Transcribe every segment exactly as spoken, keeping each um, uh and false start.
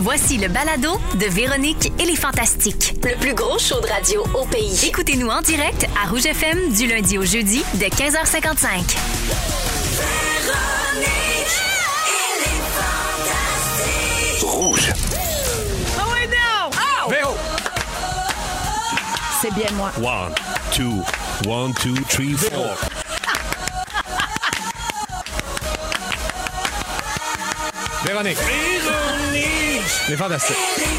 Voici le balado de Véronique et les Fantastiques. Le plus gros show de radio au pays. Écoutez-nous en direct à Rouge F M du lundi au jeudi dès quinze heures cinquante-cinq. Véronique et les Fantastiques. Rouge. Oh oui, non! Oh! Véro. C'est bien moi. One, two, one, two, three, four. Véronique. Véronique. Les Fantastiques.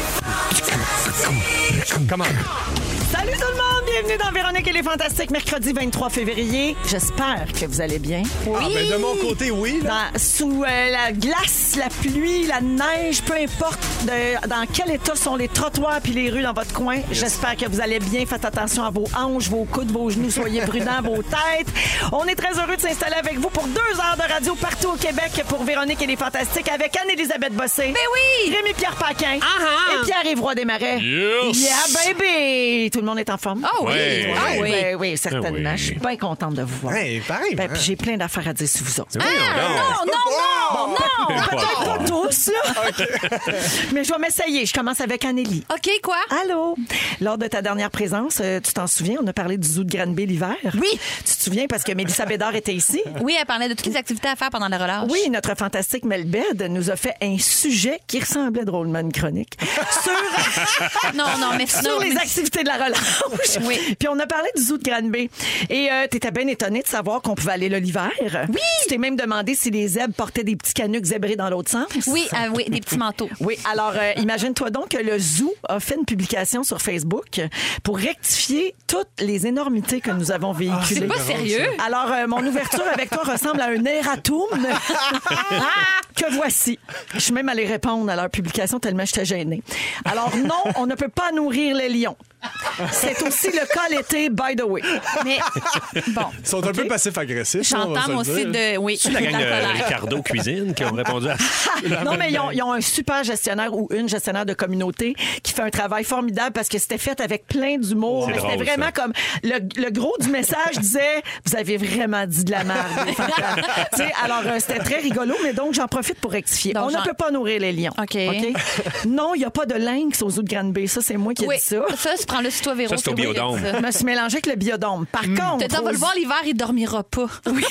Comment? Salut tout le monde! Bienvenue dans Véronique et les Fantastiques, mercredi vingt-trois février. J'espère que vous allez bien. Oui. Ah, ben de mon côté, oui. Dans, sous euh, la glace, la pluie, la neige, peu importe de, dans quel état sont les trottoirs puis les rues dans votre coin, yes. J'espère que vous allez bien. Faites attention à vos hanches, vos coudes, vos genoux. Soyez prudents, vos têtes. On est très heureux de s'installer avec vous pour deux heures de radio partout au Québec pour Véronique et les Fantastiques avec Anne-Élisabeth Bossé. Ben oui! Rémi-Pierre Paquin. Uh-huh. Et Pierre-Yves Roy Desmarais. Yes! Yeah, baby! Tout le monde est en forme? Oh oui! Ouais. Ah oui, oui. ben, oui, certainement. Ah oui. Je suis bien contente de vous voir. Hey, pareil. Ben, hein. puis j'ai plein d'affaires à dire sur vous autres. Ah, Non, non, non, non! Peut-être pas tous, là. Mais je vais m'essayer. Je commence avec Anneli. OK, quoi? Allô? Lors de ta dernière présence, euh, tu t'en souviens, on a parlé du zoo de Granby l'hiver. Oui. Tu te souviens parce que Mélissa Bédard était ici? Oui, elle parlait de toutes les activités à faire pendant la relâche. Oui, notre fantastique Melbed nous a fait un sujet qui ressemblait drôlement à une chronique sur, Non, non, mais sur non, les mais- activités de la relâche. Oui. Puis on a parlé du zoo de Granby. Et euh, t'étais bien étonnée de savoir qu'on pouvait aller là l'hiver. Oui. Tu t'es même demandé si les zèbres portaient des petits canucks zébrés dans l'autre sens. Oui, euh, oui, des petits manteaux. Oui, alors euh, imagine-toi donc que le zoo a fait une publication sur Facebook pour rectifier toutes les énormités que nous avons véhiculées. C'est pas sérieux? Alors, euh, mon ouverture avec toi ressemble à un erratum que voici. Je suis même allée répondre à leur publication tellement j'étais gênée. Alors non, on ne peut pas nourrir les lions. C'est aussi le cas l'été, by the way. Mais bon, Ils sont un peu passifs-agressifs. on va se j'entends le aussi dire. de... Oui, C'est la gang de de colère. Ricardo Cuisine qui ont répondu à ça. Non, mais ils ont, ils ont un super gestionnaire ou une gestionnaire de communauté qui fait un travail formidable parce que c'était fait avec plein d'humour. C'est Mais c'était drôle, vraiment ça. comme... Le, le gros du message disait « Vous avez vraiment dit de la merde. » Tu sais, alors, euh, c'était très rigolo, mais donc j'en profite pour rectifier. Donc, On j'en- ne peut pas nourrir les lions. OK. Non, il n'y a pas de lynx aux zoo de Granby. Ça, c'est moi qui ai Oui, dit ça. ça, tu prends le sur toi, Véro. Ça, c'est au moi qui ai dit biodôme. ça. Je me suis mélangée avec le biodôme. Par contre... Peut-être on va aux- le voir l'hiver, il dormira pas.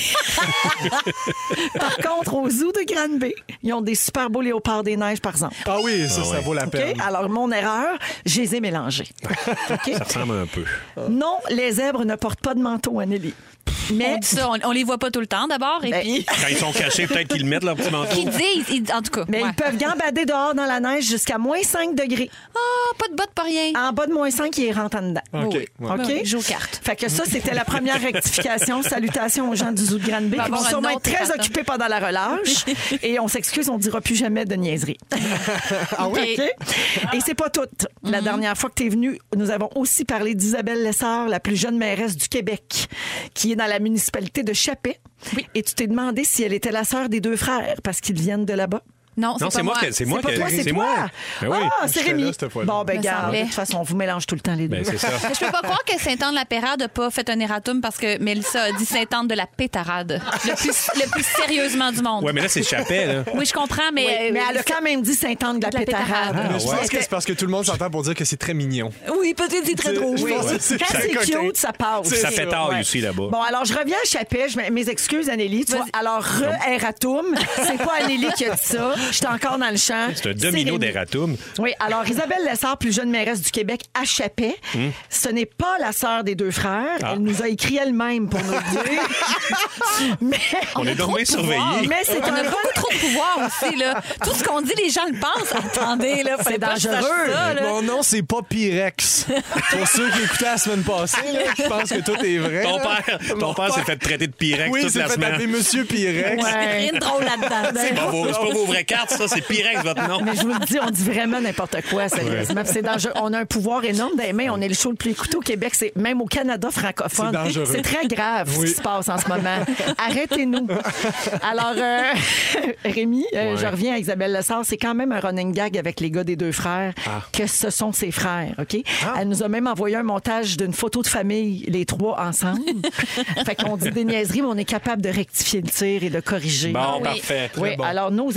Par contre, au zoo de Granby, ils ont des super beaux léopards des neiges, par exemple. Ah oui, ça, Ah ça ouais. vaut la OK? peine. Alors, mon erreur, je les ai mélangés. OK? Ça ressemble un peu. Non, les zèbres ne portent pas de manteau, Anneli. Mais On dit ça, on, on les voit pas tout le temps d'abord, et Ben, puis... Quand ils sont cachés, peut-être qu'ils le mettent leur petit manteau. Qui disent, ils- en tout cas. mais ouais. ils peuvent gambader dehors dans la neige jusqu'à moins cinq degrés. Ah, pas de bottes, pas rien. En bas de moins cinq, ils rentrent en dedans. OK. Oui. ouais. OK? Oui, joue aux cartes. Fait que ça, c'était la première rectification. Salutations aux gens du zoo de Granby Va qui vont avoir un sûrement être autre très erratum. occupés pendant la relâche. Et on s'excuse, on dira plus jamais de niaiserie. Ah oui? OK? Et c'est pas tout. La dernière fois que tu es venue, nous avons aussi parlé d'Isabelle Lessard, la plus jeune mairesse du Québec, qui est dans la municipalité de Chappé. Et tu t'es demandé si elle était la sœur des deux frères parce qu'ils viennent de là-bas. Non, Non, c'est c'est pas moi, moi. que- c'est moi C'est pas que- toi, c'est c'est toi. moi. Ben oui. Ah, c'est J'étais Rémi. là cette fois-là. Bon, ben, Me garde. semblait. De toute façon, on vous mélange tout le temps les deux. Ben, c'est ça. Je peux pas croire que Sainte-Anne-de-la-Pérade n'a pas fait un erratum parce que Mélissa a dit Sainte-Anne de la Pétarade. Le plus, le plus sérieusement du monde. Ouais, mais là, c'est Chapet, là. Oui, je comprends, mais. Oui, euh, mais elle a quand même dit Sainte-Anne de la De la Pétarade. Pétarade. Mais je ouais. pense que c'est parce que tout le monde s'entend pour dire que c'est très mignon. Oui, peut-être c'est très Je drôle. pense que c'est Quand très c'est coquin. cute, ça passe. C'est Ça ça, pétaille ouais. aussi, là-bas. Bon, alors, je reviens à Chappé. Je mets mes excuses, Anneli. Tu vois, Vas-y. alors, re-erratum. C'est pas Anneli qui a dit ça. J'étais encore dans le champ. C'est un domino Rémi. d'erratum. Oui, alors, Isabelle Lessard, plus jeune mairesse du Québec, à Chappé. Ce n'est pas la sœur des deux frères. Ah. Elle nous a écrit elle-même pour nous le dire. Mais, On est donc bien surveillés. mais c'est On a un beaucoup trop de pouvoir aussi, là. Tout ce qu'on dit, les gens le pensent. Attendez, là. fallait C'est pas que je dangereux. sache ça, là. Mon nom, c'est pas Pyrex. Pour ceux qui écoutaient la semaine passée, là, je pense que tout est vrai. Ton là. père, ton Mon père s'est fait traiter de Pyrex Oui, toute c'est la fait semaine. appeler Monsieur Pyrex. Ouais. Rien de drôle là-dedans. C'est pas, vos, c'est pas vos vraies cartes, ça. C'est Pyrex, votre nom. Mais je vous le dis, on dit vraiment n'importe quoi, sérieusement. Puis c'est dangereux. On a un pouvoir énorme dans les mains. On est le show le plus écouté au Québec. C'est même au Canada francophone. C'est dangereux. C'est très grave Oui. ce qui se passe en ce moment. Arrêtez-nous. Alors, euh, Rémi, euh, Ouais. je reviens à Isabelle Lessard. C'est quand même un running gag avec les gars des deux frères que ce sont ses frères, OK? Elle nous a même envoyé un montage d'une photo de famille, les trois ensemble. Fait qu'on dit des niaiseries, mais on est capable de rectifier le tir et de corriger. Bon, oui. parfait. Oui, bon. alors nos excuses.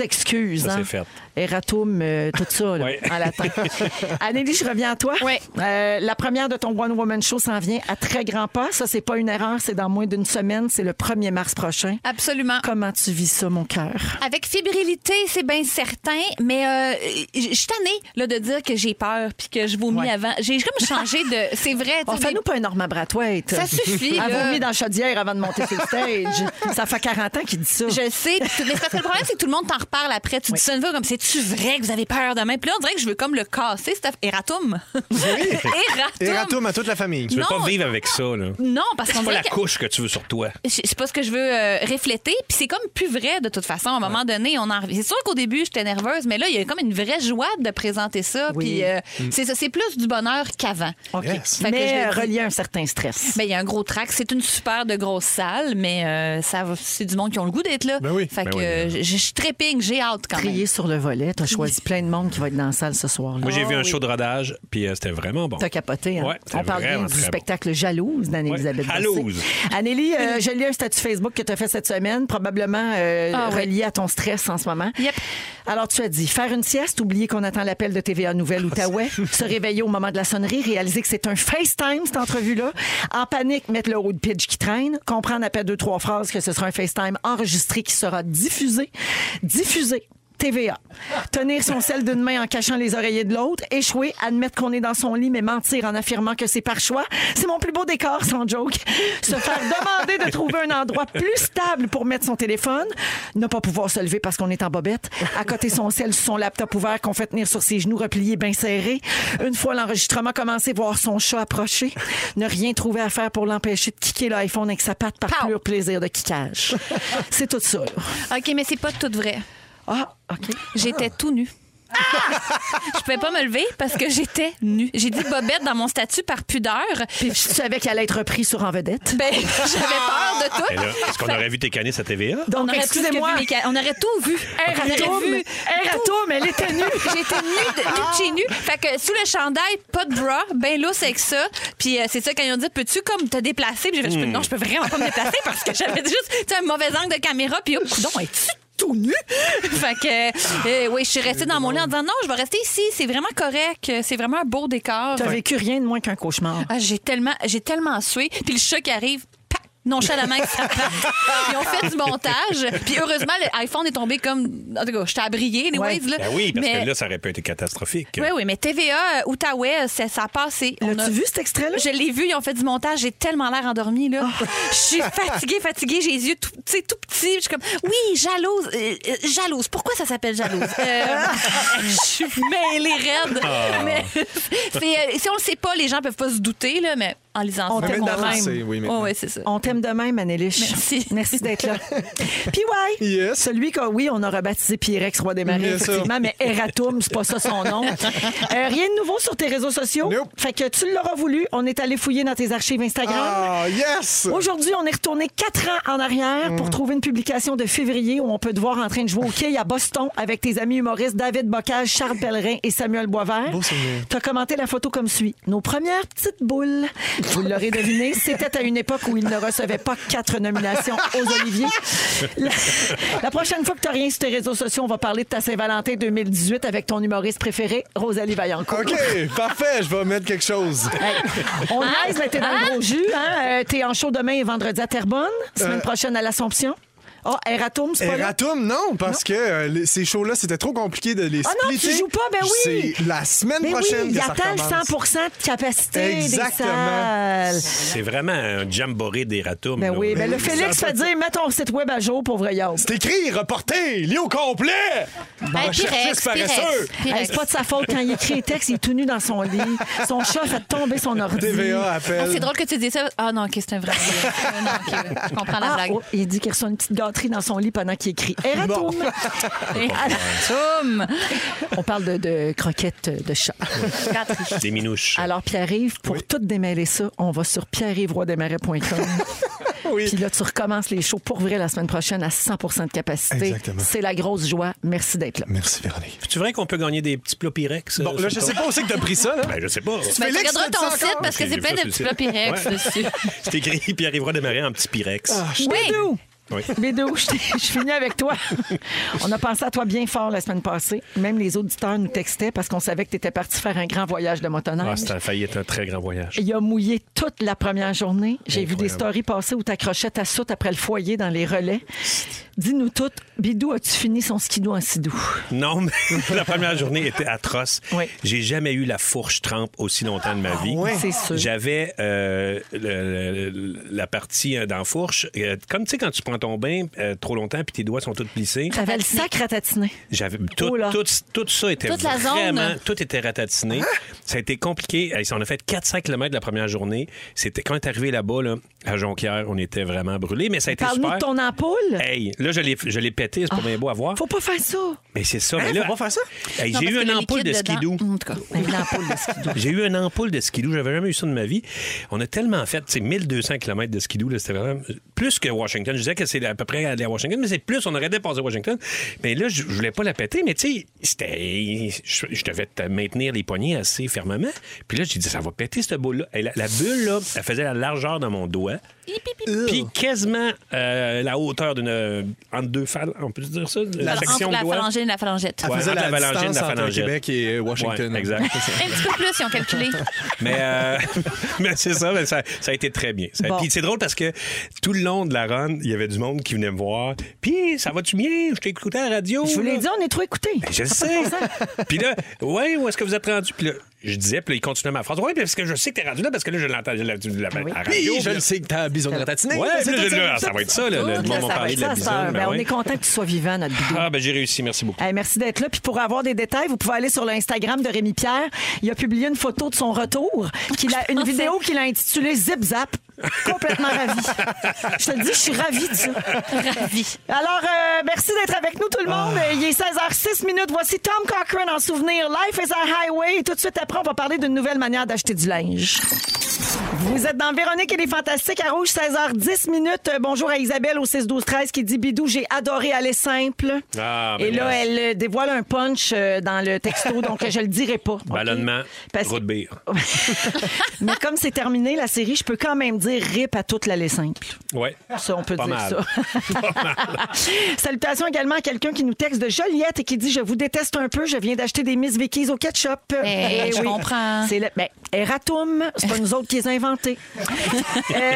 refuse. Ça, hein? c'est fait. Eratum, euh, tout ça, là, Ouais. en latin. Anneli, je reviens à toi. Oui. Euh, la première de ton One Woman Show s'en vient à très grands pas. Ça, c'est pas une erreur, c'est dans moins d'une semaine. C'est le premier mars prochain. Absolument. Comment tu vis ça, mon cœur? Avec fébrilité, c'est bien certain, mais euh, je suis tannée là, de dire que j'ai peur puis que je vomis Ouais. avant. J'ai comme changé de... C'est vrai. On tu sais, fait-nous pas un Norma Brathwaite. Ça suffit, Elle là. vomit dans la chaudière avant de monter sur le stage. Ça fait quarante ans qu'il dit ça. Je sais, puis tout- mais parce que le problème, c'est que tout le monde t'en reparle après. Tu dis ça une fois comme, c'est-tu vrai que vous avez peur demain? Puis là, on dirait que je veux comme le casser, Steph. Eratum. Oui. Eratum. Eratum à toute la famille. Tu veux Non. pas vivre avec ça, là. Non, parce qu'on C'est pas dirait la que... couche que tu veux sur toi. C'est pas ce que je veux euh, refléter. Puis c'est comme plus vrai, de toute façon. À un moment donné, on en... C'est sûr qu'au début, j'étais nerveuse, mais là, il y a comme une vraie joie de présenter ça. Oui. Puis euh, c'est ça, c'est plus du bonheur qu'avant. OK. Yes. Fait que je Mais le dis. relié à un certain stress. Ben, il y a un gros track. C'est une super de grosse salle, mais euh, ça, va- c'est du monde qui ont le goût d'être là. Ben oui. Fait Ben que oui, euh, ben je, je trépigne, j'ai hâte quand même. Trié sur le volet. Tu as choisi plein de monde qui va être dans la salle ce soir-là. Moi, j'ai vu un oui. show de rodage, puis euh, c'était vraiment bon. T'as capoté, hein? Ouais, c'était On parle bien vraiment du très bon. spectacle Jalouse d'Anne-Élisabeth Ouais, Bossé. Jalouse. Anneli, euh, j'ai lu un statut Facebook que tu as fait cette semaine, probablement euh, Ah, oui. relié à ton stress en ce moment. Yep. Alors, tu as dit faire une sieste, oublier qu'on attend l'appel de T V A Nouvelles Outaouais, se réveiller au moment de la sonnerie, réaliser que c'est un FaceTime, cette entrevue-là, en panique, mettre le road pitch qui traîne, comprendre après deux, trois phrases que ce sera un FaceTime enregistré qui sera diffusé, diffusé. T V A. Tenir son sel d'une main en cachant les oreillers de l'autre. Échouer, admettre qu'on est dans son lit, mais mentir en affirmant que c'est par choix. C'est mon plus beau décor, sans joke. Se faire demander de trouver un endroit plus stable pour mettre son téléphone. Ne pas pouvoir se lever parce qu'on est en bobette. À côté son sel sur son laptop ouvert qu'on fait tenir sur ses genoux repliés bien serrés. Une fois l'enregistrement commencé, voir son chat approcher. Ne rien trouver à faire pour l'empêcher de kicker l'iPhone avec sa patte par Pow! pur plaisir de kickage. C'est tout ça, là. OK, mais c'est pas tout vrai. Ah, OK. J'étais tout nu. Je pouvais pas me lever parce que j'étais nue. J'ai dit bobette dans mon statut par pudeur. Puis je savais qu'elle allait être reprise sur En Vedette. Ben, j'avais peur de tout. Et là, est-ce qu'on aurait vu tes canisses à T V A? On Donc, aurait, plus que excusez-moi. vu mes ca- on aurait tout vu. On aurait Eratum, vu Eratum, elle était nue. J'étais nue de, nue de chez nu. Fait que sous le chandail, pas de bras, ben lousse avec ça. Puis euh, c'est ça quand ils ont dit, peux-tu comme te déplacer? Puis j'ai fait, je peux- non, je peux vraiment pas me déplacer parce que j'avais juste tu sais, un mauvais angle de caméra. Puis oh, coudonc, es-tu tout nu? Fait que euh, oui, je suis restée dans mon lit en disant non, je vais rester ici. C'est vraiment correct. C'est vraiment un beau décor. T'as vécu rien de moins qu'un cauchemar. Ah, j'ai tellement, j'ai tellement sué. Puis le chat qui arrive, pac, nonchalamment avec sa patte. Puis on fait du montage. Puis heureusement, l'iPhone est tombé comme... En tout cas, j'étais à briller, les Ouais. Waze, là. Ben oui, parce Mais- que là, ça aurait pu être catastrophique. Oui, oui, mais T V A, euh, Outaouais, ça, ça a passé. On L'as-tu a- vu cet extrait-là? Je l'ai vu, ils ont fait du montage, j'ai tellement l'air endormie, là. Je suis fatiguée, fatiguée, j'ai les yeux tout, tu sais, tout petits. Je suis comme, oui, jalouse. euh, euh, jalouse. Pourquoi ça s'appelle jalouse? Euh, je suis mêlée raide. Mais, c'est, euh, si on le sait pas, les gens peuvent pas se douter, là, mais en lisant On ça, t'aime on de comprend. même. C'est- oui, Oh, maintenant. ouais, c'est ça. On t'aime de même, Annelish. Merci. Merci d'être là. Puis ouais, Yes. celui que, oui, on a rebaptisé Pyrex, roi des marées, Bien sûr. effectivement, mais Eratum, c'est pas ça son nom. Euh, rien de nouveau sur tes réseaux sociaux. Nope. Fait que tu l'auras voulu. On est allé fouiller dans tes archives Instagram. Ah, yes! Aujourd'hui, on est retourné quatre ans en arrière pour trouver une publication de février où on peut te voir en train de jouer au quai à Boston avec tes amis humoristes David Bocage, Charles Pellerin et Samuel Boisvert. Beau souvenir. Tu as commenté la photo comme suit. Nos premières petites boules. Vous l'aurez deviné, c'était à une époque où il ne recevait pas quatre nominations aux Oliviers. La, la prochaine fois que tu n'as rien sur tes réseaux sociaux, on va parler de ta Saint-Valentin deux mille dix-huit avec ton humoriste préféré, Rosalie Vaillancourt. OK, parfait, je vais mettre quelque chose. Hey, on niaise, mais t'es dans le gros jus. Hein? Euh, t'es en show demain et vendredi à Terrebonne. Semaine Euh, prochaine à l'Assomption. Oh, Eratum, c'est pas là? Eratum, non, parce que euh, les- ces shows-là, c'était trop compliqué de les Ah non, splitter. tu joues pas, ben oui. C'est la semaine Mais oui, prochaine il que ça attend le recommence. cent pour cent de capacité Exactement. des salles. C'est vraiment un jamboree des ratums. Ben là. oui, ben le oui, Félix ça a fait pas- dire, mets ton site web à jour, pauvre Yab. C'est écrit, reporté, lit au complet. Ben, Recherchiste Pyrex, paresseux. Pyrex, Hey, Pyrex. c'est pas de sa faute quand il écrit les textes, il est tout nu dans son lit. Son chat fait tomber son ordi. T V A Ah, appelle. c'est drôle que tu dis ça. Ah non, OK, c'est un vrai. Euh, non, OK, ouais, je comprends la Ah, blague. oh, il dit qu'il reçoit une petite gâterie dans son lit pendant qu'il écrit Eratum. Toum. On parle de, de croquettes de chat. Gâterie. Des minouches. Alors, Pierre-Yves, pour tout démêler ça, on va sur pierre yves roy desmarais point com. Oui. Puis là, tu recommences les shows pour vrai la semaine prochaine à cent pour cent de capacité. Exactement. C'est la grosse joie. Merci d'être là. Merci, Véronique. C'est vrai qu'on peut gagner des petits plats Pyrex? Bon, euh, là, sur je ton- sais pas où c'est que t'as pris ça, là. Ben, je sais pas. Ben, tu Félix, regarderas fais-tu ton ça site encore? parce que Ok, c'est j'ai plein pas de sur le petits site. plats Pyrex Ouais. dessus. C'est écrit, puis arrivera démarrer un petit Pyrex. Ah, je- Oui. Bidou! Oui. Bédou, je, t'ai- je finis avec toi. On a pensé à toi bien fort la semaine passée. Même les auditeurs nous textaient parce qu'on savait que tu étais parti faire un grand voyage de motoneige. Ah, ça a failli être un très grand voyage. Il a mouillé toute la première journée. J'ai vu des Incroyable. stories passer où tu accrochais ta soute après le foyer dans les relais. Dis-nous toutes, Bidou, as-tu fini son skidoo en sidou? Non, mais la première journée était atroce. Oui. J'ai jamais eu la fourche trempe aussi longtemps de ma vie. ouais? C'est sûr. J'avais euh, le- le- la partie euh, dans la fourche. euh, comme tu sais, quand tu prends ton bain euh, trop longtemps puis tes doigts sont tous plissés. J'avais le sac ratatiné. J'avais tout, Oh là. tout, tout ça était Toute la zone. vraiment tout était ratatiné. Ça a été compliqué. Hey, on a fait quatre à cinq kilomètres la première journée. C'était quand on est arrivé là-bas là, à Jonquière, on était vraiment brûlés, mais ça a été Parle-nous super. de ton ampoule. Hey, là je l'ai je l'ai pété, c'est pas bien beau à voir. Faut pas faire ça. Mais c'est ça, Hein, mais là faut pas faire ça? hey, Non, j'ai parce eu que une le ampoule de liquide dedans- skidoo. En tout cas. Une ampoule de skidoo. J'ai eu une ampoule de skidoo. J'avais jamais eu ça de ma vie. On a tellement fait, tu sais, mille deux cents kilomètres de skidoo. Là, c'était vraiment plus que Washington. Je disais que c'est à peu près aller à Washington, mais c'est plus. On aurait dépassé Washington. Mais là, je, je voulais pas la péter, mais tu sais, c'était. Je, je devais te maintenir les poignets assez fermement. Puis là, j'ai dit, ça va péter cette boule-là. Et la, la bulle, là, elle faisait la largeur de mon doigt. Puis quasiment euh, la hauteur d'une. Entre deux phalanges, on peut dire ça? La Entre section de la doigt. phalangine et la phalangette. Ouais, Faisait entre la la phalangine, distance la entre phalangette. Québec et Washington. Ouais, exact. Un petit peu plus, ils ont calculé. Mais, euh, mais c'est ça, mais ça, ça a été très bien. Ça- Bon. Puis c'est drôle parce que tout le long de la run, il y avait du monde qui venait me voir. Puis ça va-tu bien? Je t'ai écouté à la radio. Je vous l'ai là. dit, on est trop écoutés. Je le sais. Puis là, ouais, où est-ce que vous êtes rendu? Puis là, je disais, puis là, il continuait ma phrase. Ouais, parce que je sais que t'es rendu là, parce que là, je l'entends la, la, la, Oui. à la Puis, radio. je puis le là- sais que t'as besoin de ratatiner. Ouais, C'est puis là, tout je- là, ça. ça va être ça. Là, le Tout, monde là, m'a ça va parlé être de la ça, bisoune. ça. ben Ben, on ouais. est content que tu sois vivant, notre Bidou. Ah, ben j'ai réussi. Merci beaucoup. Hey, merci d'être là. Puis pour avoir des détails, vous pouvez aller sur l'Instagram de Rémi Pierre. Il a publié une photo de son retour, qu'il a, une vidéo qu'il a intitulée Zip Zap. Complètement ravi. Je te le dis, je suis ravie de ça. Ravi. Alors, euh, merci d'être avec nous, tout le monde. Il est seize heures six minutes. Voici Tom Cochrane en souvenir. Life is a highway. Et tout de suite après, on va parler d'une nouvelle manière d'acheter du linge. Vous êtes dans Véronique et les Fantastiques à Rouge, seize heures dix minutes. Euh, Bonjour à Isabelle au six douze treize qui dit Bidou, j'ai adoré aller simple. Ah, ben et là, merci. elle euh, dévoile un punch euh, dans le texto, donc euh, je le dirai pas. OK? Ballonnement, Parce- route bière. Mais comme c'est terminé, la série, je peux quand même dire rip à toute l'aller simple. Ouais. Ça, on peut Pas dire mal. ça. Salutations également à quelqu'un qui nous texte de Joliette et qui dit « Je vous déteste un peu, je viens d'acheter des Miss Vickies au ketchup. Eh, je comprends. C'est le... Ben, Eratum, c'est pas nous autres qui les avons inventés. Euh,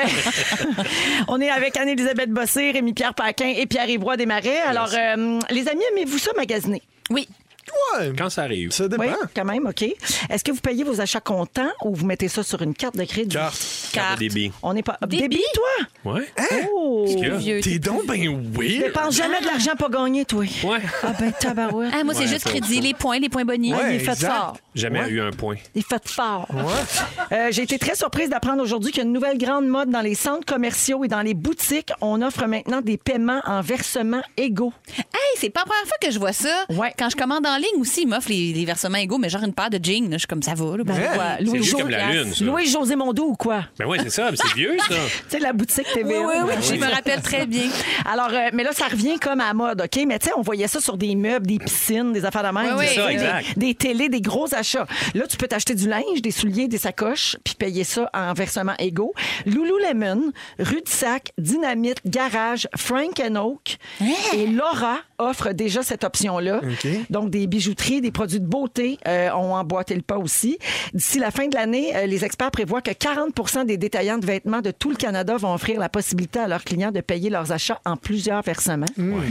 on est avec Anne-Élisabeth Bossé, Rémi-Pierre Paquin et Pierre-Yvroy Desmarais. Alors, euh, les amis, aimez-vous ça magasiner? Oui. Ouais, Quand ça arrive. ça dépend. Oui, quand même, OK. Est-ce que vous payez vos achats comptants ou vous mettez ça sur une carte de crédit? Carte. Carte de débit. On n'est pas... Débit? Débit, toi? Ouais. Oh! Qu'est-ce qu'il y a? Vieux. T'es donc ben weird. Dépense jamais de l'argent pas gagné, toi. Ouais. Ah ben, tabarouette. Ah, moi, c'est Ouais, juste ça, crédit, ça. les points, les points bonnies. Ah, il est Ouais, fait exact. fort. Jamais Ouais. eu un point. Il est fait fort. Euh, j'ai été très surprise d'apprendre aujourd'hui qu'il y a une nouvelle grande mode dans les centres commerciaux et dans les boutiques. On offre maintenant des paiements en versements égaux. Hey, c'est pas la première fois que je vois ça. Ouais. Quand je commande en ligne aussi, ils m'offrent les, les versements égaux, mais genre une paire de jeans. là, Je suis comme ça va. Là, ben, Ouais. quoi, C'est Louis vieux Jo- comme la lune, ça. Louis-José Mondou ou quoi? Ben oui, c'est ça. mais C'est vieux, ça. Tu sais, la boutique T V A. Oui, oui, oui, je me rappelle très bien. Alors, euh, mais là, ça revient comme à la mode, OK? Mais tu sais, on voyait ça sur des meubles, des piscines, des affaires de même. Oui, oui. des- C'est ça, des, exact. des télés, des gros achats. Là, tu peux t'acheter du linge, des souliers, des sacoches, puis payer ça en versements égaux. Lululemon, Rue de Sac, Dynamite, Garage, Frank and Oak et Laura offrent déjà cette option-là. OK. Donc, des bijouteries, des produits de beauté euh, ont emboîté le pas aussi. D'ici la fin de l'année, euh, les experts prévoient que quarante pour cent des détaillants de vêtements de tout le Canada vont offrir la possibilité à leurs clients de payer leurs achats en plusieurs versements.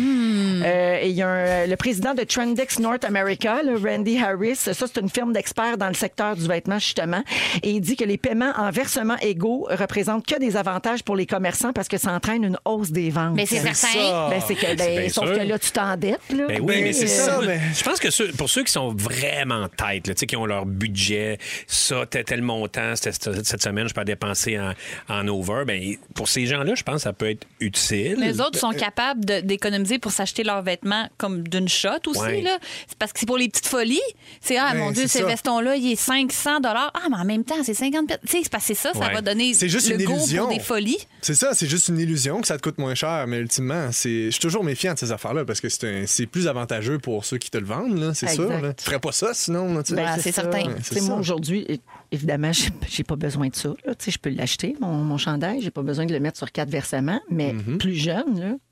Euh, et il y a un- le président de Trendix North America, le Randy Harris, ça, c'est une firme d'experts dans le secteur du vêtement, justement, et il dit que les paiements en versements égaux représentent que des avantages pour les commerçants parce que ça entraîne une hausse des ventes. Mais c'est certain. ça. Ben, c'est que, ben, bien sauf sûr. que là, tu t'endettes. Là. Ben oui, Ben, mais c'est euh, ça. ça, mais- Je pense que ceux- pour ceux qui sont vraiment têtes, là, tu sais, qui ont leur budget, ça, tel, tel montant, cette, cette- cette semaine, je peux dépenser en, en over. Ben, pour ces gens-là, je pense que ça peut être utile. Les autres sont capables de- d'économiser pour s'acheter leurs vêtements comme d'une shot aussi. Ouais. Là. C'est parce que c'est pour les petites folies. C'est, ah, Ben, mon Dieu, c'est ce ça. veston-là, il est cinq cents dollars. Ah, mais en même temps, c'est cinquante pièces. Tu sais, c'est parce que c'est ça, ça Ouais. va donner C'est juste le une go illusion. pour des folies. C'est ça, c'est juste une illusion que ça te coûte moins cher, mais ultimement, c'est... je suis toujours méfiant de ces affaires-là parce que c'est, un- c'est plus avantageux pour ceux qui te le vendent, là, c'est Exact. sûr. Là. Tu ferais pas ça sinon. Là, tu sais. Ben, c'est ça. certain. Ouais, Tu c'est sais, moi, ça. aujourd'hui, é- évidemment, j'ai, j'ai pas besoin de ça. là. Tu sais, je peux l'acheter, mon, mon chandail. J'ai pas besoin de le mettre sur quatre versements. Mais Mm-hmm. plus jeune, là,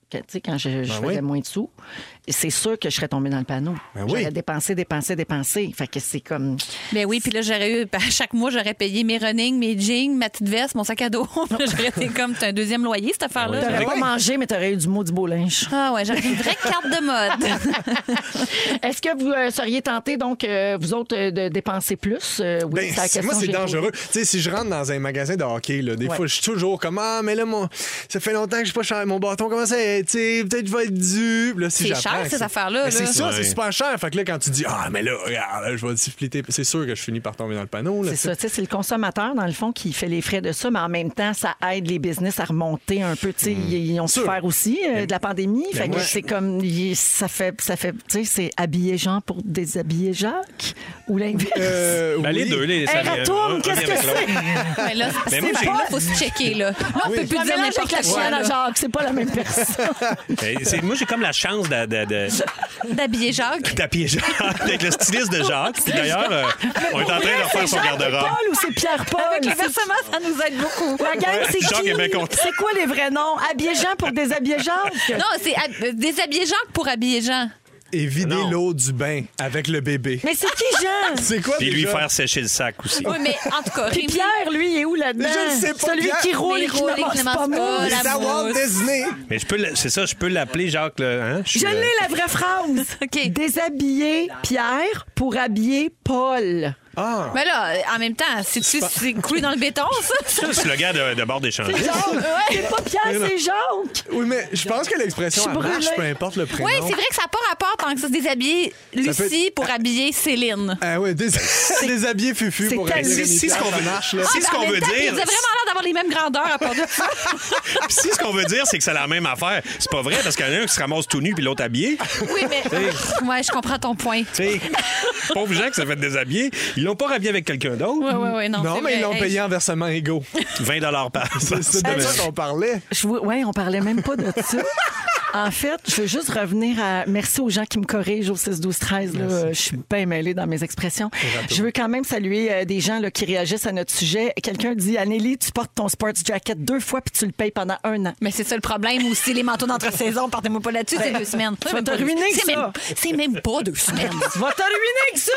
que, tu sais, quand je, je Ben faisais oui. moins de sous, c'est sûr que je serais tombée dans le panneau. Ben oui. J'aurais dépensé, dépensé, dépensé. Fait que c'est comme... Ben oui, puis là, j'aurais eu, à chaque mois, j'aurais payé mes running, mes jeans, ma petite veste, mon sac à dos. J'aurais été comme, c'est un deuxième loyer, cette affaire-là. T'aurais pas mangé, mais t'aurais eu du mot du beau linge. Ah ouais, j'aurais une vraie carte de mode. Est-ce que vous euh, seriez tenté, donc, euh, vous autres, euh, de dépenser plus? Euh, oui, Ben, c'est la c'est- question moi, que c'est j'ai dangereux. posée. Tu sais, si je rentre dans un magasin de hockey, là, des Ouais. fois, je suis toujours comme Ah, mais là, mon... ça fait longtemps que j'ai pas changé mon bâton. Comment ça, tu sais, peut-être je vais être dû. Puis là, si C'est j'apprends cher, que ces c'est- affaires-là, Mais c'est là. ça, Ouais. c'est super cher. Fait que là, quand tu dis Ah, mais là, regarde, là, je vais te splitter. C'est sûr que je finis par tomber dans le panneau. Là, C'est ça, tu sais, c'est le consommateur, dans le fond, qui fait les frais de ça, mais en même temps, ça aide les business à remonter un peu. Tu sais, ils, ils ont Sûr. souffert aussi euh, de la pandémie. Fait que moi, c'est comme, il- ça fait, ça fait, tu sais, c'est habiller Jean pour déshabiller Jacques ou l'inverse. Euh, Ben, les oui. deux, les, Hey, ça vient- retourne, un qu'est-ce vient que avec l'autre. c'est? Mais là, Mais c'est moi, pas- j'ai- là, faut se checker, là. Là, on Oui. peut plus Le dire mélange avec n'importe la quoi, chienne à là. Jacques, c'est pas la même personne. Ben, c'est- moi, j'ai comme la chance de, de, de, D'habiller Jacques. d'appuyer Jacques avec le styliste de Jacques. Puis d'ailleurs, euh, on est en train de refaire son C'est Jacques garde-robe. Paul ou c'est Pierre-Paul? Avec les C'est- versements, ça nous aide beaucoup. La gang, c'est Jacques qui? est bien content. C'est quoi les vrais noms? Habiller Jean pour déshabiller Jacques? Non, c'est hab- euh, déshabiller Jacques pour habiller Jean. Et vider Non. l'eau du bain avec le bébé. Mais c'est qui Jean? C'est quoi Puis lui déjà? faire sécher le sac aussi. Oui, mais en tout cas, Puis Rémi- Pierre, lui, il est où là-dedans? Je le sais pas, Celui Pierre. qui roule Mais et qui il roule et n'avance qui pas n'avance pas, mousse. la C'est à Walt mousse. Disney. Mais je peux, le- c'est ça, je peux l'appeler Jacques. Là, hein? Je suis, Je euh, l'ai, la vraie phrase. OK. Déshabiller Pierre pour habiller Paul. Ah. Mais là, en même temps, c'est c'est coulé dans le béton, ça? C'est le slogan de, de bord d'échange. C'est pas Pierre, c'est Jacques. Oui, mais je pense que l'expression Je suis elle marche, brûlée. peu importe le prénom. Oui, c'est vrai que ça n'a pas rapport tant que ça se déshabiller Ça Lucie peut- pour habiller Céline. Ah ouais, des, déshabiller Fufu c'est pour tellement- habiller Si- si Rémi ce qu'on Pierre, veut- ça marche, là. si ce Ah, ben, qu'on en veut même temps, dire- Ils avaient vraiment l'air d'avoir les mêmes grandeurs à part de ça. Puis si ce qu'on veut dire, c'est que c'est la même affaire, c'est pas vrai parce qu'il y en a un qui se ramasse tout nu puis l'autre habillé. Oui, mais. Ouais, je comprends ton point. Tu sais, pauvres gens qui se fait déshabiller, ils l'ont pas rhabillé avec quelqu'un d'autre. Oui, oui, oui. Non, Non, c'est mais ils vrai. l'ont Hey, payé en versement égaux. vingt dollars par. C'est c'est de ça qu'on parlait. Je vous... Ouais, on parlait même pas de ça. En fait, je veux juste revenir à. Merci aux gens qui me corrigent au six douze treize. Là. Je suis bien mêlée dans mes expressions. Je veux quand même saluer euh, des gens là, qui réagissent à notre sujet. Quelqu'un dit Anneli, tu portes ton sports jacket deux fois puis tu le payes pendant un an. Mais c'est ça le problème aussi, les manteaux d'entre-saison, partez-moi pas là-dessus, c'est deux semaines. tu vas Même te pas deux- ruiner c'est que ça. même- C'est même pas deux semaines. Tu vas te ruiner que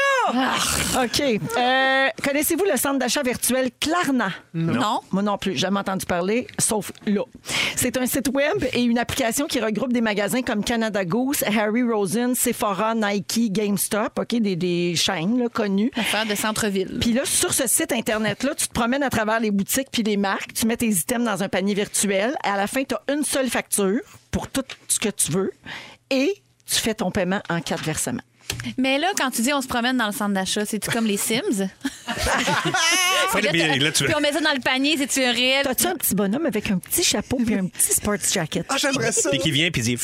ça! OK. Euh, connaissez-vous le centre d'achat virtuel Klarna? Non. Moi non plus, jamais entendu parler, sauf là. C'est un site web et une application qui regroupe des magasins comme Canada Goose, Harry Rosen, Sephora, Nike, GameStop, OK, des, des chaînes là, connues. Affaire de centre-ville. Puis là, sur ce site Internet-là, tu te promènes à travers les boutiques puis les marques, tu mets tes items dans un panier virtuel. À la fin, tu as une seule facture pour tout ce que tu veux et tu fais ton paiement en quatre versements. Mais là, quand tu dis on se promène dans le centre d'achat, c'est-tu comme les Sims? Fait que Puis là, puis là, tu- puis on met ça dans le panier, c'est-tu un réel? T'as-tu un petit bonhomme avec un petit chapeau puis un petit sports jacket? Ah, j'aimerais ça. Puis qui vient puis dit.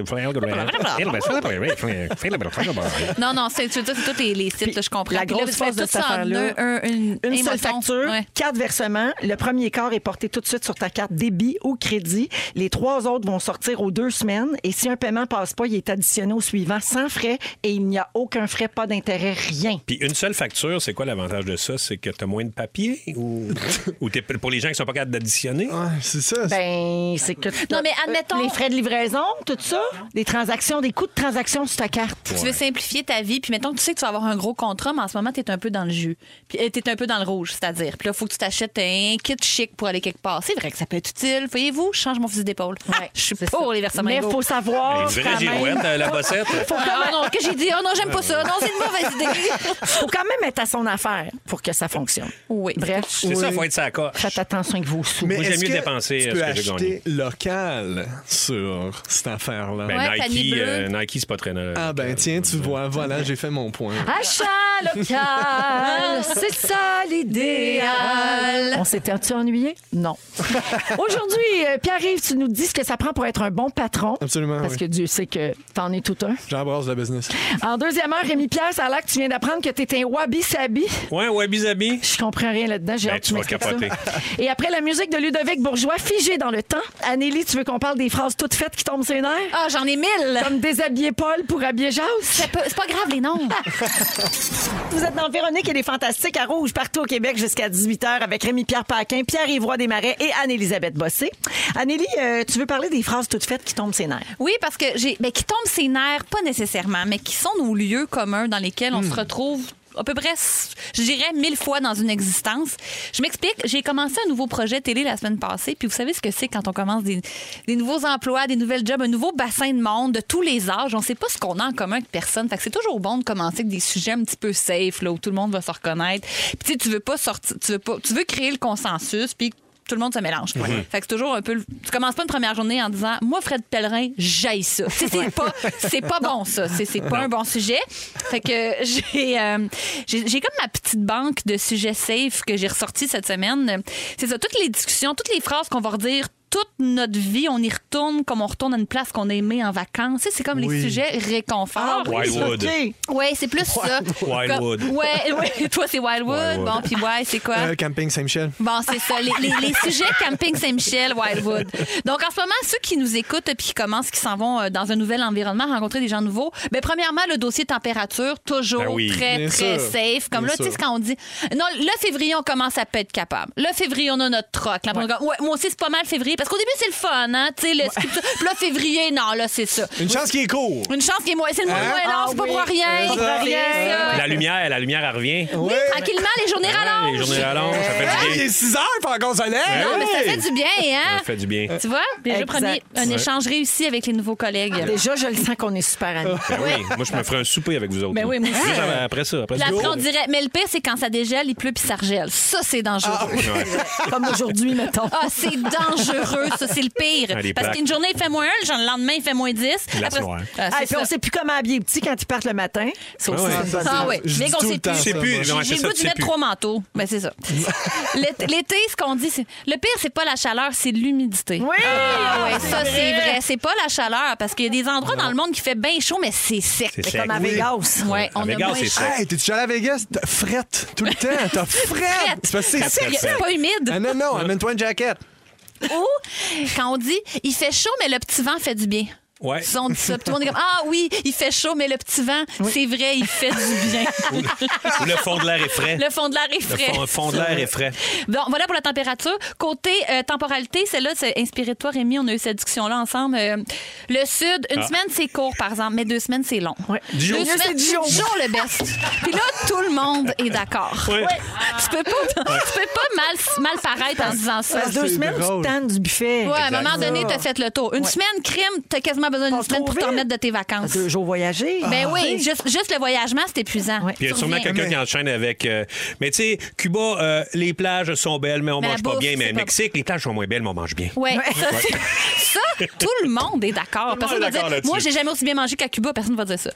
Non, non, c'est, tu veux dire, c'est tous les, les sites, là, je comprends. La Puis là, grosse tu fais force de tout cette ça en affaire-là, un- un- une, Une un seule bouton. facture, Ouais. quatre versements. Le premier quart est porté tout de suite sur ta carte débit ou crédit. Les trois autres vont sortir aux deux semaines. Et si un paiement passe pas, il est additionné au suivant sans frais et il n'y a aucun frais, pas d'intérêt, rien. Puis une seule facture, c'est quoi l'avantage de ça? C'est que tu as moins de papier ou, ou t'es- pour les gens qui sont pas capables d'additionner? Ouais, c'est ça. Ben, c'est que tu Non, as- mais admettons- les frais de livraison, tout ça, des transactions, des coûts de transaction sur ta carte. Tu veux simplifier ta vie, puis mettons que tu sais que tu vas avoir un gros contrat, mais en ce moment, tu es un peu dans le jus. Puis tu es un peu dans le rouge, c'est-à-dire. Puis là, il faut que tu t'achètes un kit chic pour aller quelque part. C'est vrai que ça peut être utile. Voyez-vous, je change mon fusil d'épaule. Je suis C'est pour ça. les versements Mais il égaux. faut savoir. Une vraie quand même- girouette, euh, la bossette. Faut Ah, quand même- non, que j'ai dit, oh non, j'aime pas ça. Non, c'est une mauvaise idée. faut quand même être à son affaire pour que ça fonctionne. Oui. Bref, C'est ça, il faut être sa coche. faites attention avec vos sous. Mais Moi, j'aime est-ce mieux que dépenser, tu euh, peux ce que j'ai acheter local sur cette affaire-là. Ben, Ouais, panier Nike, bleu. euh, Nike, c'est pas très. euh, Ah ben tiens, tu vois, voilà, j'ai fait mon point. Achat local, c'est ça l'idéal. On s'était-tu ennuyé? Non. Aujourd'hui, euh, Pierre-Yves, tu nous dis ce que ça prend pour être un bon patron. Absolument, Parce oui. que Dieu sait que t'en es tout un. J'embrasse la business. En En deuxième heure, Rémi Pierre, ça a l'air que tu viens d'apprendre que t'es un wabi-sabi. Ouais, wabi-sabi. Je comprends rien là-dedans. J'ai Ben, hâte que tu tu vas m'expliques ça. capoter. Et après la musique de Ludovic Bourgeois, figée dans le temps, Anélie, tu veux qu'on parle des phrases toutes faites qui tombent ses nerfs? Ah, j'en ai mille. Comme déshabiller Paul pour habiller Jase? C'est pas, c'est pas grave, les noms. Vous êtes dans Véronique et les Fantastiques à Rouge, partout au Québec jusqu'à dix-huit heures avec Rémi-Pierre Paquin, Pierre-Yvroy Desmarais et Anne-Élisabeth Bossé. Anélie, euh, tu veux parler des phrases toutes faites qui tombent ses nerfs? Oui, parce que j'ai. Ben, qui tombent ses nerfs, pas nécessairement, mais qui sont nos lieux communs dans lesquels on se retrouve à peu près, je dirais, mille fois dans une existence. Je m'explique. J'ai commencé un nouveau projet télé la semaine passée, puis vous savez ce que c'est quand on commence des, des nouveaux emplois, des nouvelles jobs, un nouveau bassin de monde de tous les âges. On sait pas ce qu'on a en commun avec personne. Fait que c'est toujours bon de commencer avec des sujets un petit peu safe, là, où tout le monde va se reconnaître. Puis tu sais, tu veux pas sortir, tu veux pas, tu veux créer le consensus, puis tout le monde se mélange. Mm-hmm. Fait que c'est toujours un peu. Le... Tu commences pas une première journée en disant moi, Fred Pellerin, j'haïs ça. C'est, c'est pas, c'est pas bon, ça. C'est, c'est pas un bon sujet. Fait que j'ai, euh, j'ai, j'ai comme ma petite banque de sujets safe que j'ai ressorti cette semaine. C'est ça, toutes les discussions, toutes les phrases qu'on va redire toute notre vie, on y retourne comme on retourne à une place qu'on a aimée en vacances. Tu sais, c'est comme Oui. les sujets réconfort. Ah, Wildwood. OK. Oui, c'est plus ça. Wildwood. Comme- ouais, ouais, toi, c'est Wildwood. Wildwood. Bon, puis ouais, c'est quoi? Euh, camping Saint-Michel. Bon, c'est ça. Les, les, les sujets camping Saint-Michel, Wildwood. Donc, en ce moment, ceux qui nous écoutent et qui commencent, qui s'en vont euh, dans un nouvel environnement, rencontrer des gens nouveaux, bien, premièrement, le dossier température, toujours Ben oui. très, Bien très sûr. safe. Comme Bien là, tu sais, sûr. quand on dit, non, le février, on commence à pas être capable. Le février, on a notre troc. Là, on dit, ouais, moi aussi, c'est pas mal février. Parce qu'au début, c'est le fun, hein, tu sais, le ski. Puis là, février, non, là, c'est ça. Une chance qui est court. Une chance qui est moins. C'est le moins, Hein? ouais, non, Ah c'est pas oui. pour rien. Pas pour C'est rien. ça. La lumière, la lumière, elle revient. Oui. Tranquillement, les journées Ouais, rallongent. les journées rallongent, ça fait Hey, du il bien. est six heures, pas encore soleil. Non, mais ça fait du bien, hein? Ça fait du bien. Tu vois? Déjà, Exact. premier, un Ouais. échange réussi avec les nouveaux collègues. Déjà, je le sens qu'on est super amis. Ben oui, moi, je me ferai un souper avec vous autres. Ben oui, moi aussi. Juste après ça, après Puis ça. après, on dirait, mais le pire, c'est quand ça dégèle, il pleut puis ça regèle. Ça, c'est dangereux. Ouais. Comme aujourd'hui, mettons. Ah, c'est dangereux, ça, c'est le pire. Ah, les Parce plaques. qu'une journée, il fait moins un, le lendemain, il fait moins dix. Glace noire. Ah, Ah, c'est et puis on ça. sait plus comment habiller les petits quand ils partent le matin. Ça aussi, Ah ouais. c'est une bonne Ah chose. oui, Je mais dis qu'on tout sait le temps plus. Je sais ça, plus. moi. Ouais, J'ai c'est le ça, goût tu de sais mettre plus. trois manteaux. Ben, c'est ça. L'été, l'été, ce qu'on dit, c'est. Le pire, c'est pas la chaleur, c'est l'humidité. Oui! Ah, ouais, c'est ça, vrai. c'est vrai. C'est pas la chaleur, parce qu'il y a des endroits dans le monde qui fait bien chaud, mais c'est sec. C'est C'est sec. comme à Oui. Vegas. Ouais, on À a Vegas, moins c'est chaud. sec. Hey, t'es-tu allé à Vegas? T'as frette tout le temps. T'as frette. C'est parce que c'est Très, sec. très C'est pas humide. Ah non, non, amène-toi une jaquette. Ou quand on dit il fait chaud, mais le petit vent fait du bien. Ouais. Si on dit ça, puis tout le monde est comme ah oui, il fait chaud, mais le petit vent, c'est vrai, il fait du bien. Ou le fond de l'air est frais. Le fond de l'air est Le frais. fond, fond de l'air est frais. Bon, voilà pour la température. Côté euh, temporalité, celle-là, c'est inspiré de toi, Rémi. On a eu cette discussion-là ensemble. Euh, le Sud, une Ah. semaine, c'est court, par exemple, mais deux semaines, c'est long. Ouais. Dix jours. Deux Mieux, semaines, c'est dix jours. dix jours, le best. Puis là, tout le monde est d'accord. Ouais. Tu peux pas, tu peux pas mal, mal paraître en disant ça. Parce que deux c'est semaines, drôle. tu te tannes du buffet. Ouais, à un Exact. moment donné, t'as fait le tour. Une semaine, crime, t'as quasiment besoin d'une Passe semaine trop pour te vite. remettre de tes vacances. Deux jours voyager. Ben Ah, oui, juste, juste le voyagement, c'est épuisant. Ouais. Puis il y a Tu sûrement reviens. quelqu'un qui enchaîne avec. euh, mais tu sais, Cuba, euh, les plages sont belles, mais on Mais la mange pas bouffe, bien. c'est Mais pas- Mexique, les plages sont moins belles, mais on mange bien. Ouais, ça, c'est- ça, tout le monde est d'accord. Tout le Personne monde va est d'accord dire, là-dessus. moi, j'ai jamais aussi bien mangé qu'à Cuba. Personne ne va dire ça.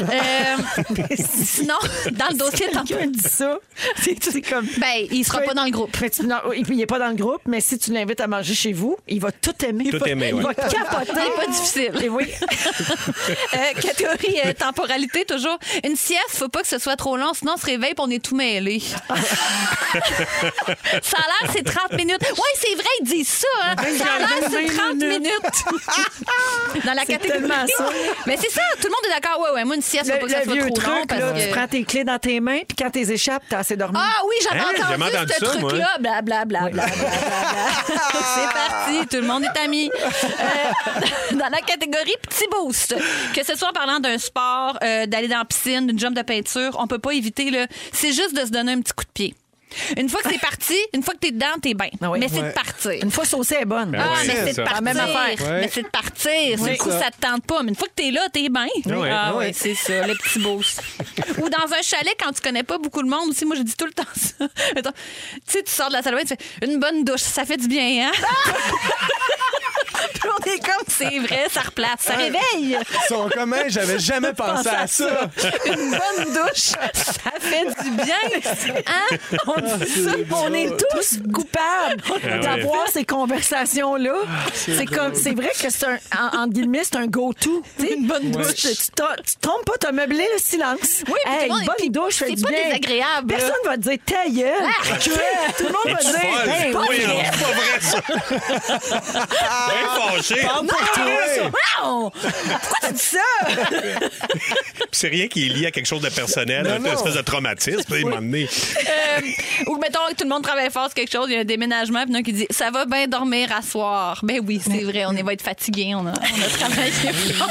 Euh, sinon, dans le dossier Quelqu'un température, dit ça. C'est c'est comme. ben, il sera pas dans le groupe. Mais tu- non, il n'est pas dans le groupe, mais si tu l'invites à manger chez vous, il va tout aimer. Tout il va, aimer, il ouais. va capoter. C'est pas difficile. Et oui. Euh, catégorie euh, temporalité, toujours. Une sieste, faut pas que ce soit trop long, sinon on se réveille et on est tout mêlé. Ça a l'air, c'est trente minutes. Oui, c'est vrai, ils disent ça. Hein? Ça a l'air, c'est trente minutes. Dans la C'est catégorie. tellement ça. Mais c'est ça, tout le monde est d'accord. Ouais, ouais, moi, une sieste, faut Le, pas que ça le soit vieux trop long. truc, Parce là, que... tu prends tes clés dans tes mains, puis quand t'es échappes, t'as assez dormi. Ah oui, j'avais Hein? J'ai entendu, jamais entendu ce ça, moi. truc-là. Bla, bla, bla, bla, bla, bla, bla. C'est parti, tout le monde est ami. Euh, dans la catégorie petit boost, que ce soit en parlant d'un sport, euh, d'aller dans la piscine, d'une jump de peinture, on peut pas éviter, là, c'est juste de se donner un petit coup de pied. Une fois que c'est parti, une fois que t'es dedans, t'es bien. Ah oui. Mais c'est Ouais. de partir. Une fois saucée est bonne. Ah, ouais, mais c'est c'est de ça. partir. La même affaire. Ouais. Mais c'est de partir. Sur Oui. le coup, Ça. ça te tente pas. Mais une fois que t'es là, t'es bien. Ouais. Ah Ouais. ouais, c'est ça, le petit boost. Ou dans un chalet, quand tu connais pas beaucoup de monde aussi, moi, je dis tout le temps ça. Mettons, tu sais, tu sors de la salle de bain, tu fais une bonne douche. Ça fait du bien, hein? Puis on est comme, c'est vrai, ça replace, ça réveille. Ils sont comme, hey, j'avais jamais pensé à ça. Une bonne douche, ça fait du bien. Hein? On dit ça. On est tous coupables d'avoir ces conversations-là. C'est comme, c'est vrai que c'est un, en, en guillemets, c'est un go-to. Une bonne douche. Tu, tu, t'as- tu te trompes pas, t'as meublé le silence. Oui, puis hey, tout le monde- une bonne puis douche fait c'est du pas bien. désagréable, là. Personne va te dire ta gueule. Que- Tout le monde va Es-tu dire, folle? ben Oui, oui. non, c'est pas vrai, ça. Bien fâché. Wow! Pourquoi tu dis ça? Puis c'est rien qui est lié à quelque chose de personnel, Non, une non. espèce de traumatisme. Puis, à un moment donné, Euh, ou mettons que tout le monde travaille fort sur quelque chose, il y a un déménagement, puis il y en a qui dit ça va bien dormir à soir. Ben oui, c'est vrai, on est- va être fatigué, on a, on a travaillé fort.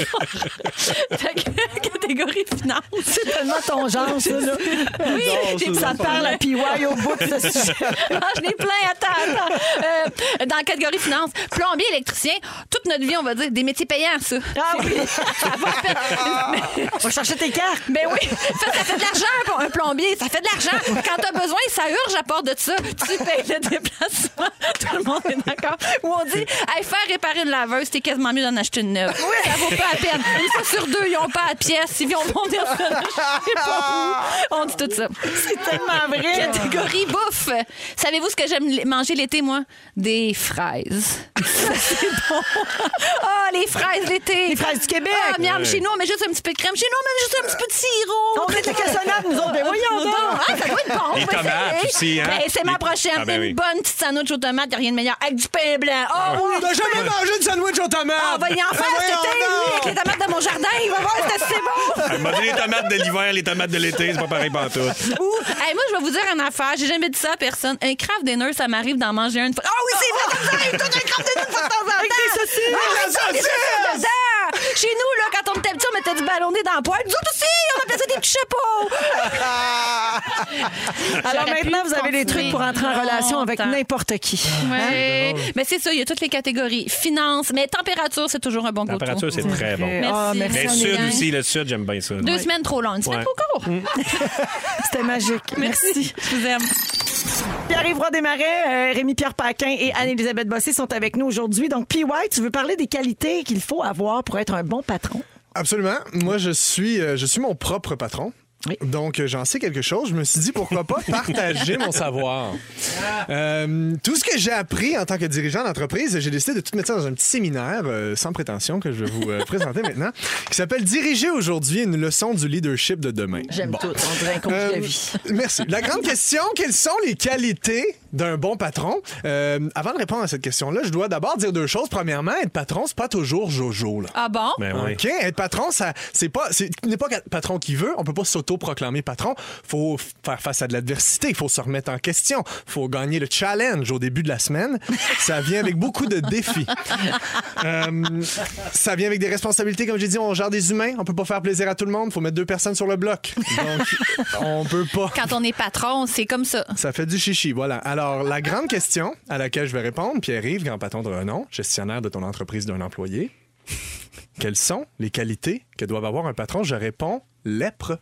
Fait que, catégorie finance. C'est tellement ton genre, ça, là. Oui, j'ai Ça te parle à P Y au bout de ce sujet. Ah, je n'ai plein, attends, attends. Euh, dans la catégorie finance, plombier, électricien, toute notre vie, on va dire des métiers payants, ça. Ah oui. Ça va faire- On va chercher tes cartes. Ben oui, ça, ça fait de l'argent, un plombier, ça fait de l'argent. Quand t'as besoin, ça urge à part de ça. Tu payes le déplacement. Tout le monde est d'accord. Ou on dit, hey, faire réparer une laveuse, c'est quasiment mieux d'en acheter une neuve. Ça vaut pas la peine. Une fois sur deux, ils ont pas de pièces. Ils vont venir ça. Je sais pas où. On dit tout ça. C'est tellement vrai. Catégorie bouffe. Savez-vous ce que j'aime l- manger l'été, moi? Des fraises. Ça, c'est bon. Ah, les fraises l'été. Les fraises du Québec. Ah, miam, chez nous, on met juste un petit peu de crème. Chez nous, on met juste un petit peu de sirop. On est cassonade, nous autres. Ben voyons donc. Ah, ça doit être bon. Les on va tomates essayer. aussi, hein? Ben, c'est ma Les- prochaine. Ah, ben Une oui. bonne petite sandwich aux tomates, y a rien de meilleur. Avec du pain blanc. Oh, oui. T'as jamais mangé de sandwich aux tomates? Ah, on va y en faire cet été, lui, avec les tomates de mon jardin. Il va voir, c'est assez bon. elle m'a dit les tomates de l'hiver, les tomates de l'été, c'est pas pareil pantoute. Ou, hey, moi, je vais vous dire une affaire. J'ai jamais dit ça à personne. Un craft dinner, ça m'arrive d'en manger un une fois. Ah oui, c'est vrai, ça arrive tout un craft dinner une fois de temps en temps. Avec des saucisses. Ah, Des ça, des saucisses! saucisses dedans. Chez nous, là, quand on était petits, on mettait du ballonné dans le poêle. Nous autres aussi, on appelait ça des petits chapeaux. Alors J'aurais pu maintenant, vous avez des continuer trucs pour entrer en relation avec longtemps. n'importe qui. Oui. Mais c'est ça, il y a toutes les catégories. Finance, mais température, c'est toujours un bon goût. Température, c'est très bon. Merci. Ah, merci. Mais on est sud gang. aussi, le sud, j'aime bien ça. Deux semaines trop longues, une semaine Ouais. trop court. C'était magique. Merci. Je vous aime. Pierre-Yves Roy Desmarais, euh, Rémi-Pierre Paquin et Anne-Élisabeth Bossé sont avec nous aujourd'hui. Donc, P Y, tu veux parler des qualités qu'il faut avoir pour être un bon patron? Absolument. Moi, je suis, euh, je suis mon propre patron. Oui. Donc, euh, j'en sais quelque chose. Je me suis dit, pourquoi pas partager mon savoir. Euh, tout ce que j'ai appris en tant que dirigeant d'entreprise, j'ai décidé de tout mettre ça dans un petit séminaire, euh, sans prétention, que je vais vous euh, présenter maintenant, qui s'appelle « Diriger aujourd'hui, une leçon du leadership de demain ». J'aime Bon. tout. On dirait un coach Euh, de vie. Merci. La grande question, quelles sont les qualités d'un bon patron? Euh, avant de répondre à cette question-là, je dois d'abord dire deux choses. Premièrement, être patron, c'est pas toujours jojo, là. Ah bon? Ben oui. OK, être patron, ça, c'est pas, c'est n'est pas patron qui veut. On peut pas s'auto-proclamer patron. Faut faire face à de l'adversité. Il faut se remettre en question. Faut gagner le challenge au début de la semaine. Ça vient avec beaucoup de défis. Euh, ça vient avec des responsabilités. Comme j'ai dit, on gère des humains. On peut pas faire plaisir à tout le monde. Faut mettre deux personnes sur le bloc. Donc, on peut pas. Quand on est patron, c'est comme ça. Ça fait du chichi, voilà. Alors, la grande question à laquelle je vais répondre, Pierre-Yves, grand patron de renom, gestionnaire de ton entreprise d'un employé, quelles sont les qualités que doit avoir un patron? Je réponds lèpre.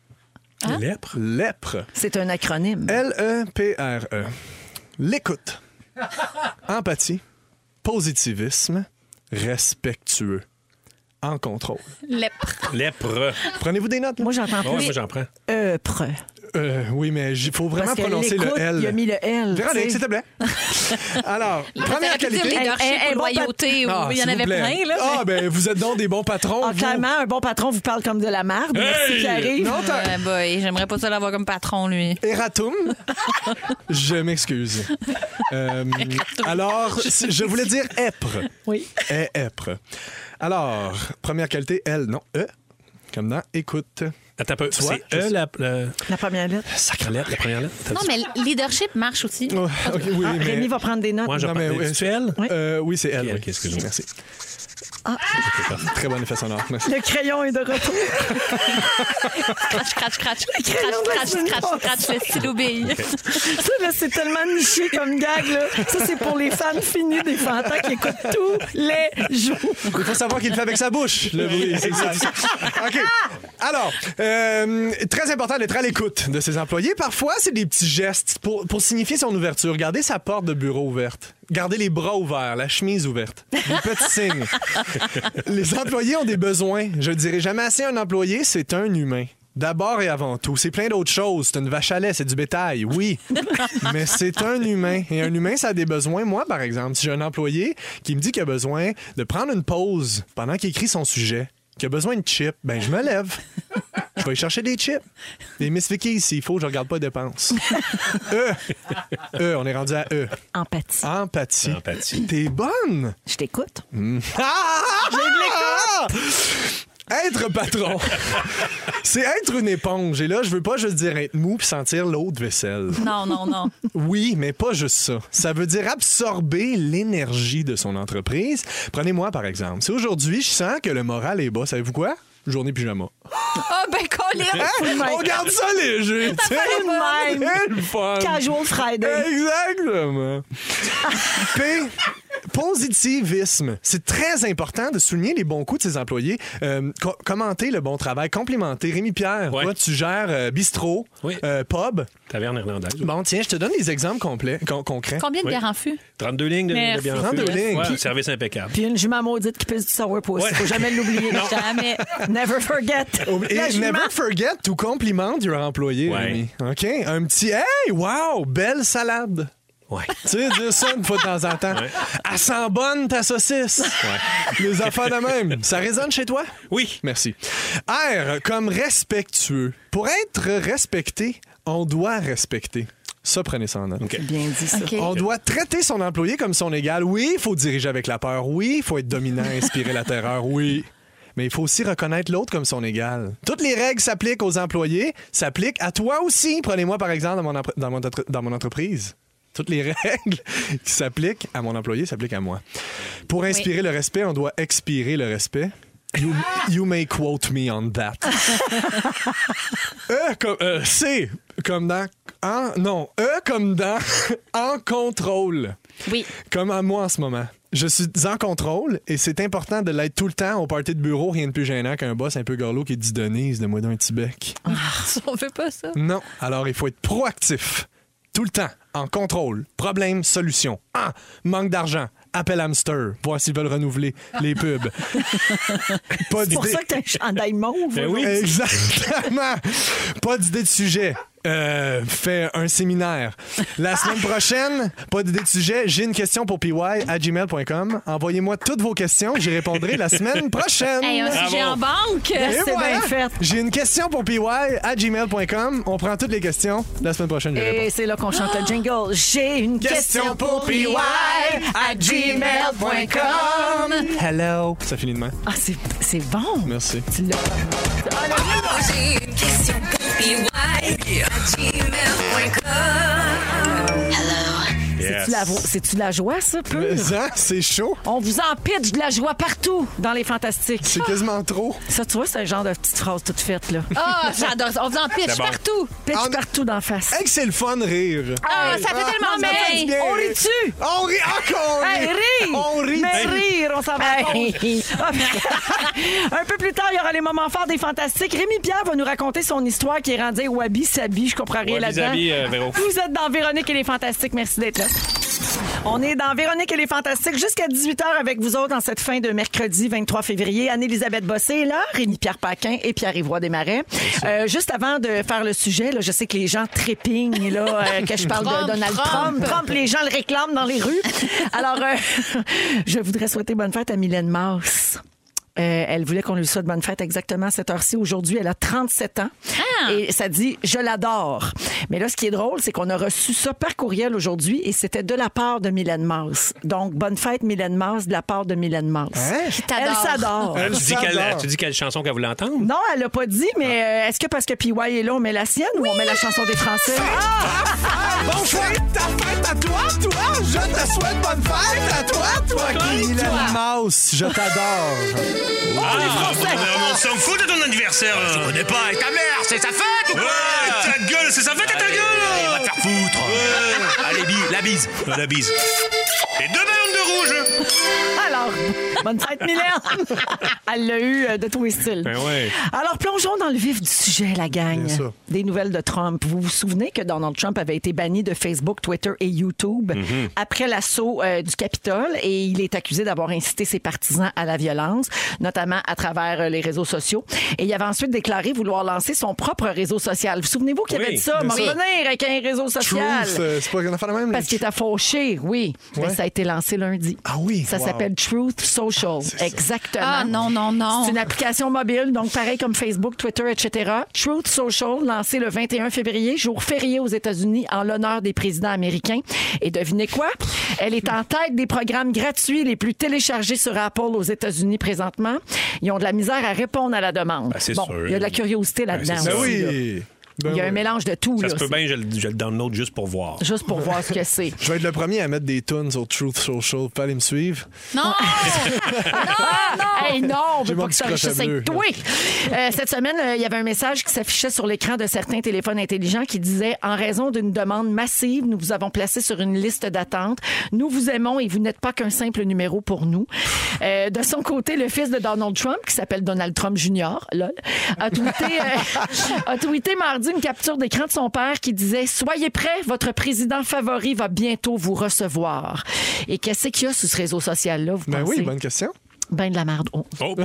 Lèpre. Lèpre. C'est un acronyme. L E P R E. L'écoute. Empathie. Positivisme. Respectueux. En contrôle. Lèpre. Lèpre. Prenez-vous des notes? là? Moi, j'entends Ouais, plus. moi, j'en prends. Euh, pre. Euh, oui, mais il faut vraiment Parce que prononcer l'écoute, le L. il a mis le L. Véronique, tu sais. s'il te plaît. Alors, première T'aurais pu dire qualité. leadership Un- un ou bon loyauté, ou Ah, il y en s'il vous avait plaît. plein, là. Ah, ben, vous êtes donc des bons patrons. Ah, vous. clairement, un bon patron vous parle comme de la merde. Merci, Hey! Pierre-Yves. Non, t'as- Ouais, boy, j'aimerais pas ça l'avoir comme patron, lui. Eratum. Je m'excuse. Euh, alors, si- je voulais dire épre. Oui. Eh, épre. Alors, première qualité, L, non, E. Comme dans écoute. Attends un peu. Toi, C'est je- E, la, la, La première lettre. la lettre, la première lettre. T'as Non, dit- mais leadership marche aussi. Oh, ok, oui, Ah, mais... Rémi va prendre des notes. Moi, je Non, mais parle. oui. C'est L? Oui. Euh, oui, c'est elle. Ok, oui. ok, excuse-moi. Merci. Très bon effet sonore. Merci. Le crayon est de retour. Scratch, scratch, scratch, scratch, crayon de la scratch, semaine scratch, scratch, le stylo bille. Ça, là, c'est tellement niché comme gag. Là. Ça, c'est pour les fans finis des Fantas qui écoutent tous les jours. Il faut savoir qu'il le fait avec sa bouche, le bruit. C'est ça. OK. Alors, euh, très important d'être à l'écoute de ses employés. Parfois, c'est des petits gestes pour, pour signifier son ouverture. Gardez sa porte de bureau ouverte. Gardez les bras ouverts, la chemise ouverte. Des petits signes. Les employés ont des besoins. Je ne dirai jamais assez, un employé, c'est un humain. D'abord et avant tout. C'est plein d'autres choses. C'est une vache à lait, c'est du bétail, oui. Mais c'est un humain. Et un humain, ça a des besoins. Moi, par exemple, si j'ai un employé qui me dit qu'il a besoin de prendre une pause pendant qu'il écrit son sujet, qui a besoin de chips, ben je me lève. Je vais aller chercher des chips. Des Miss Vicky, s'il faut, je regarde pas les dépenses. E. E, on est rendu à E. Empathie. Empathie. Empathie. T'es bonne. Je t'écoute. Ah! J'ai de l'écoute! Être patron, c'est être une éponge. Et là, je veux pas juste dire être mou puis sentir l'eau de vaisselle. Non, non, non. Oui, mais pas juste ça. Ça veut dire absorber l'énergie de son entreprise. Prenez-moi, par exemple. Si aujourd'hui, je sens que le moral est bas, savez-vous quoi? Journée pyjama. Ah, ben, Colin! Hein? On garde ça léger. fait le même. C'est le fun. Casual Friday. Exactement. P. Positivisme. C'est très important de souligner les bons coups de ses employés. Euh, co- commenter le bon travail, complimenter. Rémi-Pierre, Ouais. toi, tu gères euh, bistrot, Oui. euh, pub. Taverne irlandaise. Bon, tiens, je te donne des exemples complets, con- concrets. Combien de Oui. bières en fût? trente-deux lignes de, de Merci. bien trente-deux lignes. Ouais, Qui- service impeccable. Puis une jument maudite qui pisse du sourpuss. Ouais. Faut jamais l'oublier. Jamais. Never forget. Et La jument. never forget to compliment your employé, Ouais. Rémi. OK? Un petit « Hey, wow, belle salade! » Ouais. Tu sais, dire ça une fois de temps en temps. Ouais. Elle sent bonne, ta saucisse. Les affaires de même. Ça résonne chez toi? Oui. Merci. R, comme respectueux. Pour être respecté, on doit respecter. Ça, prenez ça en note. OK. Bien dit ça. OK. On doit traiter son employé comme son égal. Oui, il faut diriger avec la peur. Oui, il faut être dominant, inspirer la terreur. Oui. Mais il faut aussi reconnaître l'autre comme son égal. Toutes les règles s'appliquent aux employés, s'appliquent à toi aussi. Prenez-moi, par exemple, dans mon, empre- dans mon, entre- dans mon entreprise. Toutes les règles qui s'appliquent à mon employé s'appliquent à moi. Pour inspirer le respect, on doit expirer le respect. You, you may quote me on that. E comme, euh, C comme dans... En, non, E comme dans en contrôle. Oui. Comme à moi en ce moment. Je suis en contrôle et c'est important de l'être tout le temps au party de bureau. Rien de plus gênant qu'un boss un peu gorlot qui dit « Denise, donne-moi d'un petit bec. On fait pas ça. » Non. Alors, il faut être proactif. Tout le temps. En contrôle. Problème, solution. Ah, manque d'argent. Appel hamster. Voir s'ils veulent renouveler les pubs. Pas C'est pour d'idée. ça que t'as un chandail mauve. Ben oui. Exactement. Pas d'idée de sujet. Euh, fais un séminaire. La semaine prochaine, pas d'idée de sujet. J'ai une question pour P Y à gmail point com. Envoyez-moi toutes vos questions. J'y répondrai la semaine prochaine. Hey, un Bravo. sujet en banque. Et C'est voilà. bien fait. J'ai une question pour P Y à gmail point com. On prend toutes les questions. La semaine prochaine, je réponds. Et c'est là qu'on chante le jingle. J'ai une question pour P Y à gmail point com. Hello. Ça finit demain. Ah, c'est, c'est bon. Merci. Tu l'as. J'ai une question pour P Y à gmail point com. Yes. C'est-tu la, vo- c'est-tu la joie, ça, peu? Mais ça, c'est chaud. On vous en pitch de la joie partout dans les Fantastiques. C'est quasiment trop. Ça, tu vois, c'est un genre de petite phrase toute faite, là. Ah, j'adore ça. On vous en pitch C'est bon. partout. Pitch Ah, partout d'en face. Hey, que c'est le fun de rire. Ah, ça fait Ah, tellement ça fait du bien. bien. On rit-tu? On rit encore. Hey, rire! On rit. Mais rire, on s'en va. à pause. Un peu plus tard, il y aura les moments forts des Fantastiques. Rémi Pierre va nous raconter son histoire qui est rendue Wabi Sabi. Je comprends rien Wabi là-dedans. Sabi, euh, Véro. Vous êtes dans Véronique et les Fantastiques. Merci d'être là. On est dans Véronique et les Fantastiques jusqu'à dix-huit heures avec vous autres en cette fin de mercredi vingt-trois février. Anne-Élisabeth Bossé est là, Rémi-Pierre Paquin et Pierre-Yves Desmarais. Euh, juste avant de faire le sujet, là, je sais que les gens trépignent là, euh, que je parle Trump, de Donald Trump. Trump. Trump, les gens le réclament dans les rues. Alors, euh, je voudrais souhaiter bonne fête à Mylène Mars. Euh, elle voulait qu'on lui souhaite bonne fête exactement à cette heure-ci. Aujourd'hui, elle a trente-sept ans. Ah. Et ça dit « Je l'adore ». Mais là, ce qui est drôle, c'est qu'on a reçu ça par courriel aujourd'hui et c'était de la part de Mylène Mars. Donc, bonne fête, Mylène Mars, de la part de Mylène Mars. Hein? t'adore. Elle s'adore. Elle Tu dis, quelle, s'adore. tu dis quelle chanson qu'elle voulait entendre? Non, elle l'a pas dit, mais euh, est-ce que parce que P Y est là, on met la sienne ou on met la chanson des Français? Bon fête, ta fête à toi, toi. Je te souhaite bonne fête à toi, toi. Mylène Mars, je t'adore. Ah, on s'en fout de ton anniversaire. Je connais pas. Et ta mère, c'est sa fête ou quoi? Ta gueule, c'est sa fête et ta gueule. Va te faire foutre. Allez, bise, la bise. La bise. Et deux ballons de rouge! Alors, bonne fête, Mylène! Elle l'a eu euh, de tous les styles. Ben ouais. Alors, plongeons dans le vif du sujet, la gang. Bien sûr. Des nouvelles de Trump. Vous vous souvenez que Donald Trump avait été banni de Facebook, Twitter et YouTube Mm-hmm. après l'assaut euh, du Capitole et il est accusé d'avoir incité ses partisans à la violence, notamment à travers euh, les réseaux sociaux. Et il avait ensuite déclaré vouloir lancer son propre réseau social. Vous souvenez-vous qu'il Oui, avait dit ça? bien M'en sûr. revenir avec un réseau social. Truth, euh, c'est pas une affaire de même. Parce qu'il était fauché, oui. Mais Ouais. ça a été lancé lundi. Ah oui, Ça wow. s'appelle Truth Social. ça. Exactement. Ah non, non, non. C'est une application mobile, donc pareil comme Facebook, Twitter, et cetera. Truth Social, lancé le vingt et un février, jour férié aux États-Unis en l'honneur des présidents américains. Et devinez quoi? Elle est en tête des programmes gratuits les plus téléchargés sur Apple aux États-Unis présentement. Ils ont de la misère à répondre à la demande. Ben, c'est bon, sûr. il y a de la curiosité là-dedans. Ben, c'est Ben ça. aussi, là. oui. Ben Il y a un oui. mélange de tout. Ça là. se peut C'est bien, je, le- je le download juste pour voir. Juste pour voir ce que c'est. Je vais être le premier à mettre des tunes sur Truth Social. Vous pouvez aller me suivre. Non! Hey, non, on J'ai veut mon pas que petit ça crochet enrichisse avec bleu. toi. Euh, cette semaine, euh, il y avait un message qui s'affichait sur l'écran de certains téléphones intelligents qui disait « En raison d'une demande massive, nous vous avons placé sur une liste d'attente. Nous vous aimons et vous n'êtes pas qu'un simple numéro pour nous. Euh, » De son côté, le fils de Donald Trump, qui s'appelle Donald Trump junior, lol, a tweeté, euh, a tweeté mardi une capture d'écran de son père qui disait « Soyez prêts, votre président favori va bientôt vous recevoir. » Et qu'est-ce qu'il y a sur ce réseau social-là, vous Ben pensez? oui, bonne question. Ben de la merde. Oh. Oh!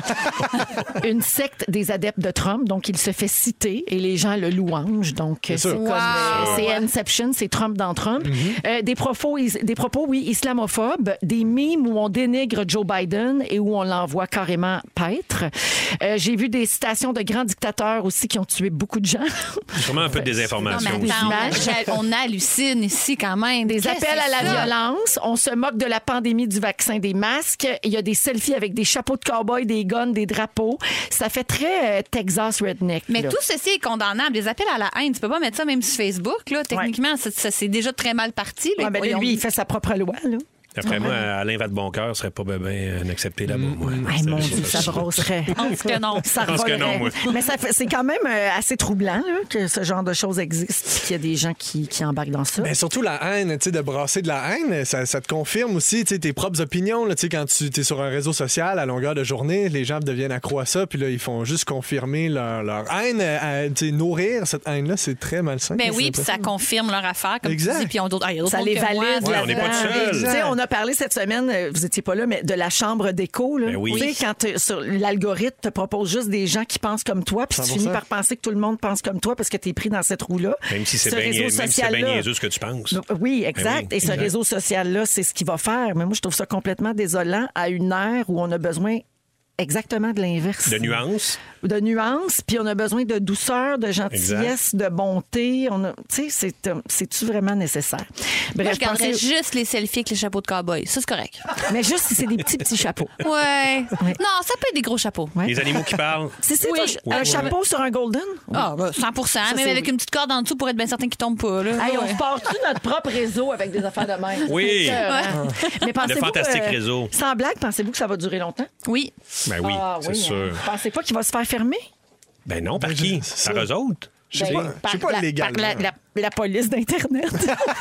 Une secte des adeptes de Trump, donc il se fait citer et les gens le louangent. Donc c'est sûr. comme Wow. euh, c'est Inception, c'est Trump dans Trump. Euh, des propos, is- des propos, oui, islamophobes, des mimes où on dénigre Joe Biden et où on l'envoie carrément paître. Euh, J'ai vu des citations de grands dictateurs aussi qui ont tué beaucoup de gens. Sûrement un peu de Non, désinformation. mais attends, images. j'ai- on hallucine ici quand même. Des Qu'est-ce appels que à la c'est ça? violence. On se moque de la pandémie du vaccin, des masques. Il y a des selfies avec des chapeaux de cow-boy, des guns, des drapeaux. Ça fait très euh, Texas redneck. Mais là. tout ceci est condamnable. Les appels à la haine, tu peux pas mettre ça même sur Facebook. Là. Techniquement, ça, ça, c'est déjà très mal parti. Là. Ouais, ben là, Voyons. lui, il fait sa propre loi. Là. Après moi, Alain Vadeboncoeur serait pas bien ben accepté là-bas. moi. Ay, mon Dieu, ça brosserait. Je pense que non. Ça Je pense que revolerait. non, moi. Mais ça fait- c'est quand même euh, assez troublant là, que ce genre de choses existent, qu'il y a des gens qui, qui embarquent dans ça. Ben, surtout la haine, tu sais, de brasser de la haine, ça, ça te confirme aussi tu sais, tes propres opinions. Là, tu sais, quand tu es sur un réseau social à longueur de journée, les gens deviennent accros à ça, puis là, ils font juste confirmer leur, leur haine. À, tu sais, nourrir cette haine-là, c'est très malsain. Ben oui, C'est puis pas- ça confirme leur affaire, comme Exact. tu dis. Puis ils ont d'autres- ah, il y a d'autres Ça mondes les que moi. valide Ouais, on n'est pas là-dedans. tout seul. Tu sais, on a parlé cette semaine, euh, vous étiez pas là, mais de la chambre d'écho. Là. Ben oui. Tu sais, quand euh, sur l'algorithme te propose juste des gens qui pensent comme toi, puis tu cent pour cent. finis par penser que tout le monde pense comme toi parce que tu es pris dans cette roue-là. Même si c'est Ce bien réseau même si c'est bien social-là- niaiseux ce que tu penses. Oui, exact. Ben oui, Et ce exact. réseau social-là, c'est ce qu'il va faire. Mais moi, je trouve ça complètement désolant à une ère où on a besoin exactement de l'inverse. De nuances. De nuances, puis on a besoin de douceur, de gentillesse, de bonté. On a- Tu sais, c'est, euh, c'est-tu vraiment nécessaire? Moi, Bref, je garderais pensez- juste les selfies avec les chapeaux de cow-boy. Ça, c'est correct. mais juste si c'est des petits, petits chapeaux. Ouais. Non, ça peut être des gros chapeaux. Ouais. Les animaux qui parlent. Si c'est Oui. un, un Oui. chapeau sur un golden? Ah, ben, cent pour cent. Ça, Même c'est avec oui. une petite corde en dessous pour être bien certain qu'il tombe pas. Là. Hey, on Ouais. se part-tu notre propre réseau avec des affaires de même? Oui. C'est écœurant. Mais pensez-vous, fantastique réseau. Sans blague, pensez-vous que ça va durer longtemps? Oui. Ben oui, Ah c'est oui, sûr. hein. Pensez pas qu'il va se faire fermer? Ben non, par Ben, qui? c'est Par ça. eux autres. Je sais Ben, pas, je sais par pas la- légalement. par la, la- la police d'Internet.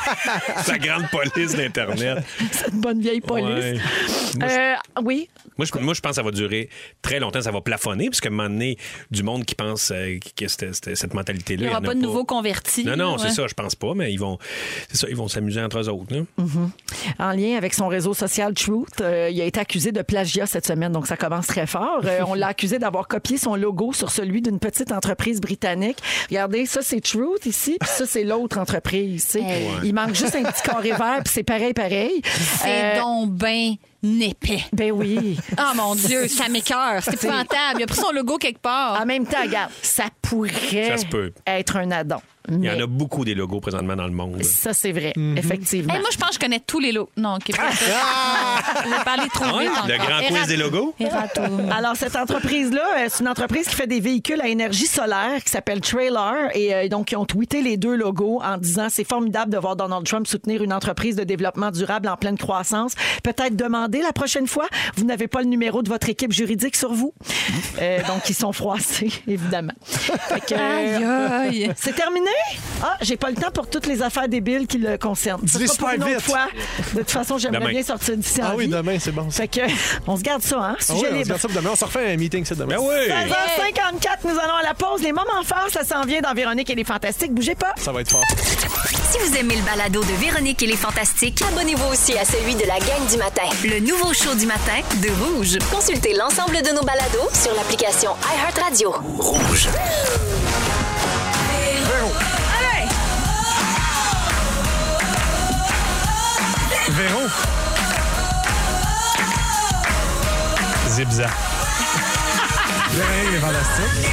La grande police d'Internet. Cette bonne vieille police. Ouais. Moi, Euh, oui. Moi je, moi, je pense que ça va durer très longtemps. Ça va plafonner, parce qu'à un moment donné, du monde qui pense euh, que c'était- c'était cette mentalité-là. Il n'y aura y en a pas de nouveaux convertis. Non, non, Ouais. c'est ça, je pense pas, mais ils vont, c'est ça, ils vont s'amuser entre eux autres. Là. En lien avec son réseau social Truth, euh, il a été accusé de plagiat cette semaine, donc ça commence très fort. Euh, on l'a accusé d'avoir copié son logo sur celui d'une petite entreprise britannique. Regardez, ça c'est Truth ici, puis ça c'est l'autre entreprise. tu sais. Ouais. Il manque juste un petit carré vert, puis c'est pareil, pareil. C'est Euh, donc ben épais. Ben oui. Oh mon Dieu, ça m'écoeure. C'est épouvantable. Il a pris son logo quelque part. En même temps, regarde, ça pourrait Ça se peut. être un addon. Il y en Mais a beaucoup des logos présentement dans le monde. ça, c'est vrai, effectivement. Hey, moi, je pense que je connais tous les logos. Non, OK. pas ça. J'ai parlé trop Ouais, vite le encore. grand quiz des logos? Eratum. Alors, cette entreprise-là, euh, c'est une entreprise qui fait des véhicules à énergie solaire qui s'appelle Trailer. Et euh, donc, ils ont tweeté les deux logos en disant c'est formidable de voir Donald Trump soutenir une entreprise de développement durable en pleine croissance. Peut-être demander la prochaine fois. Vous n'avez pas le numéro de votre équipe juridique sur vous. Euh, donc, ils sont froissés, évidemment. Fait que, euh, Aïe, aïe. c'est terminé? Ah, j'ai pas le temps pour toutes les affaires débiles qui le concernent. Ça Dis-les sera pour super une autre vite. fois. De toute façon, j'aimerais Demain. bien sortir d'ici en Ah oui, vie. demain, c'est bon. ça. Fait que, on se garde ça, hein? Ah Sujet oui, on se libre. garde ça pour demain. On se refait un meeting, c'est demain. Ben oui! seize heures cinquante-quatre, nous allons à la pause. Les moments forts, ça s'en vient dans Véronique et les Fantastiques. Bougez pas. Ça va être fort. Si vous aimez le balado de Véronique et les Fantastiques, Abonnez-vous aussi à celui de la gang du matin. le nouveau show du matin de Rouge. Consultez l'ensemble de nos balados sur l'application iHeartRadio. Rouge. Véro. Zip-zap. Véro, il est fantastique.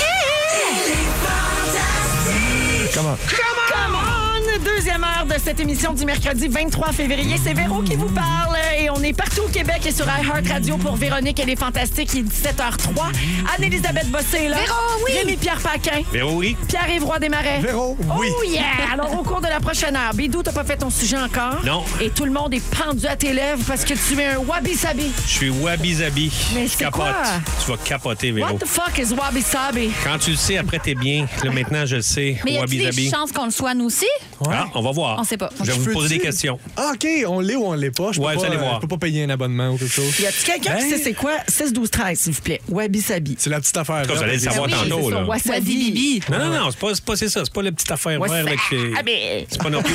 Comment? Come on! Deuxième heure de cette émission du mercredi vingt-trois février. C'est Véro qui vous parle et on est partout au Québec et sur iHeartRadio pour Véronique et les Fantastiques. Il est dix-sept heures trois. Anne-Élisabeth Bossé est là. Véro, oui. Rémi-Pierre Paquin. Véro, oui. Pierre-Yves Roy Desmarais. Véro, oui. Oh yeah! Alors, au cours de la prochaine heure, Bidou, t'as pas fait ton sujet encore? Non. Et tout le monde est pendu à tes lèvres parce que tu es un wabi-sabi. Je suis wabi-sabi. Mais c'est Capote. quoi? Tu vas capoter, Véro. What the fuck is wabi-sabi? Quand tu le sais, après, t'es bien. Là, maintenant, je le sais. Mais y a-t-il des Wabi-sabi. chances qu'on le soit, nous aussi? Ah, on va voir. On sait pas. Je vais vous poser Peux-tu- des questions. Ah, OK, on l'est ou on l'est pas. Je peux Ouais, pas, vous allez euh, voir. Je peux pas payer un abonnement ou quelque chose. Y a-tu quelqu'un qui Hey. sait c'est quoi? six douze treize, s'il vous plaît. Wabi-sabi. C'est la petite affaire. tout cas, vous là. allez le savoir oui, tantôt. c'est ça, Là. wasabi. Wabi-bibi. Non, non, non, c'est pas, c'est pas c'est ça. C'est pas la petite affaire verte avec... Wasabi. C'est pas non plus...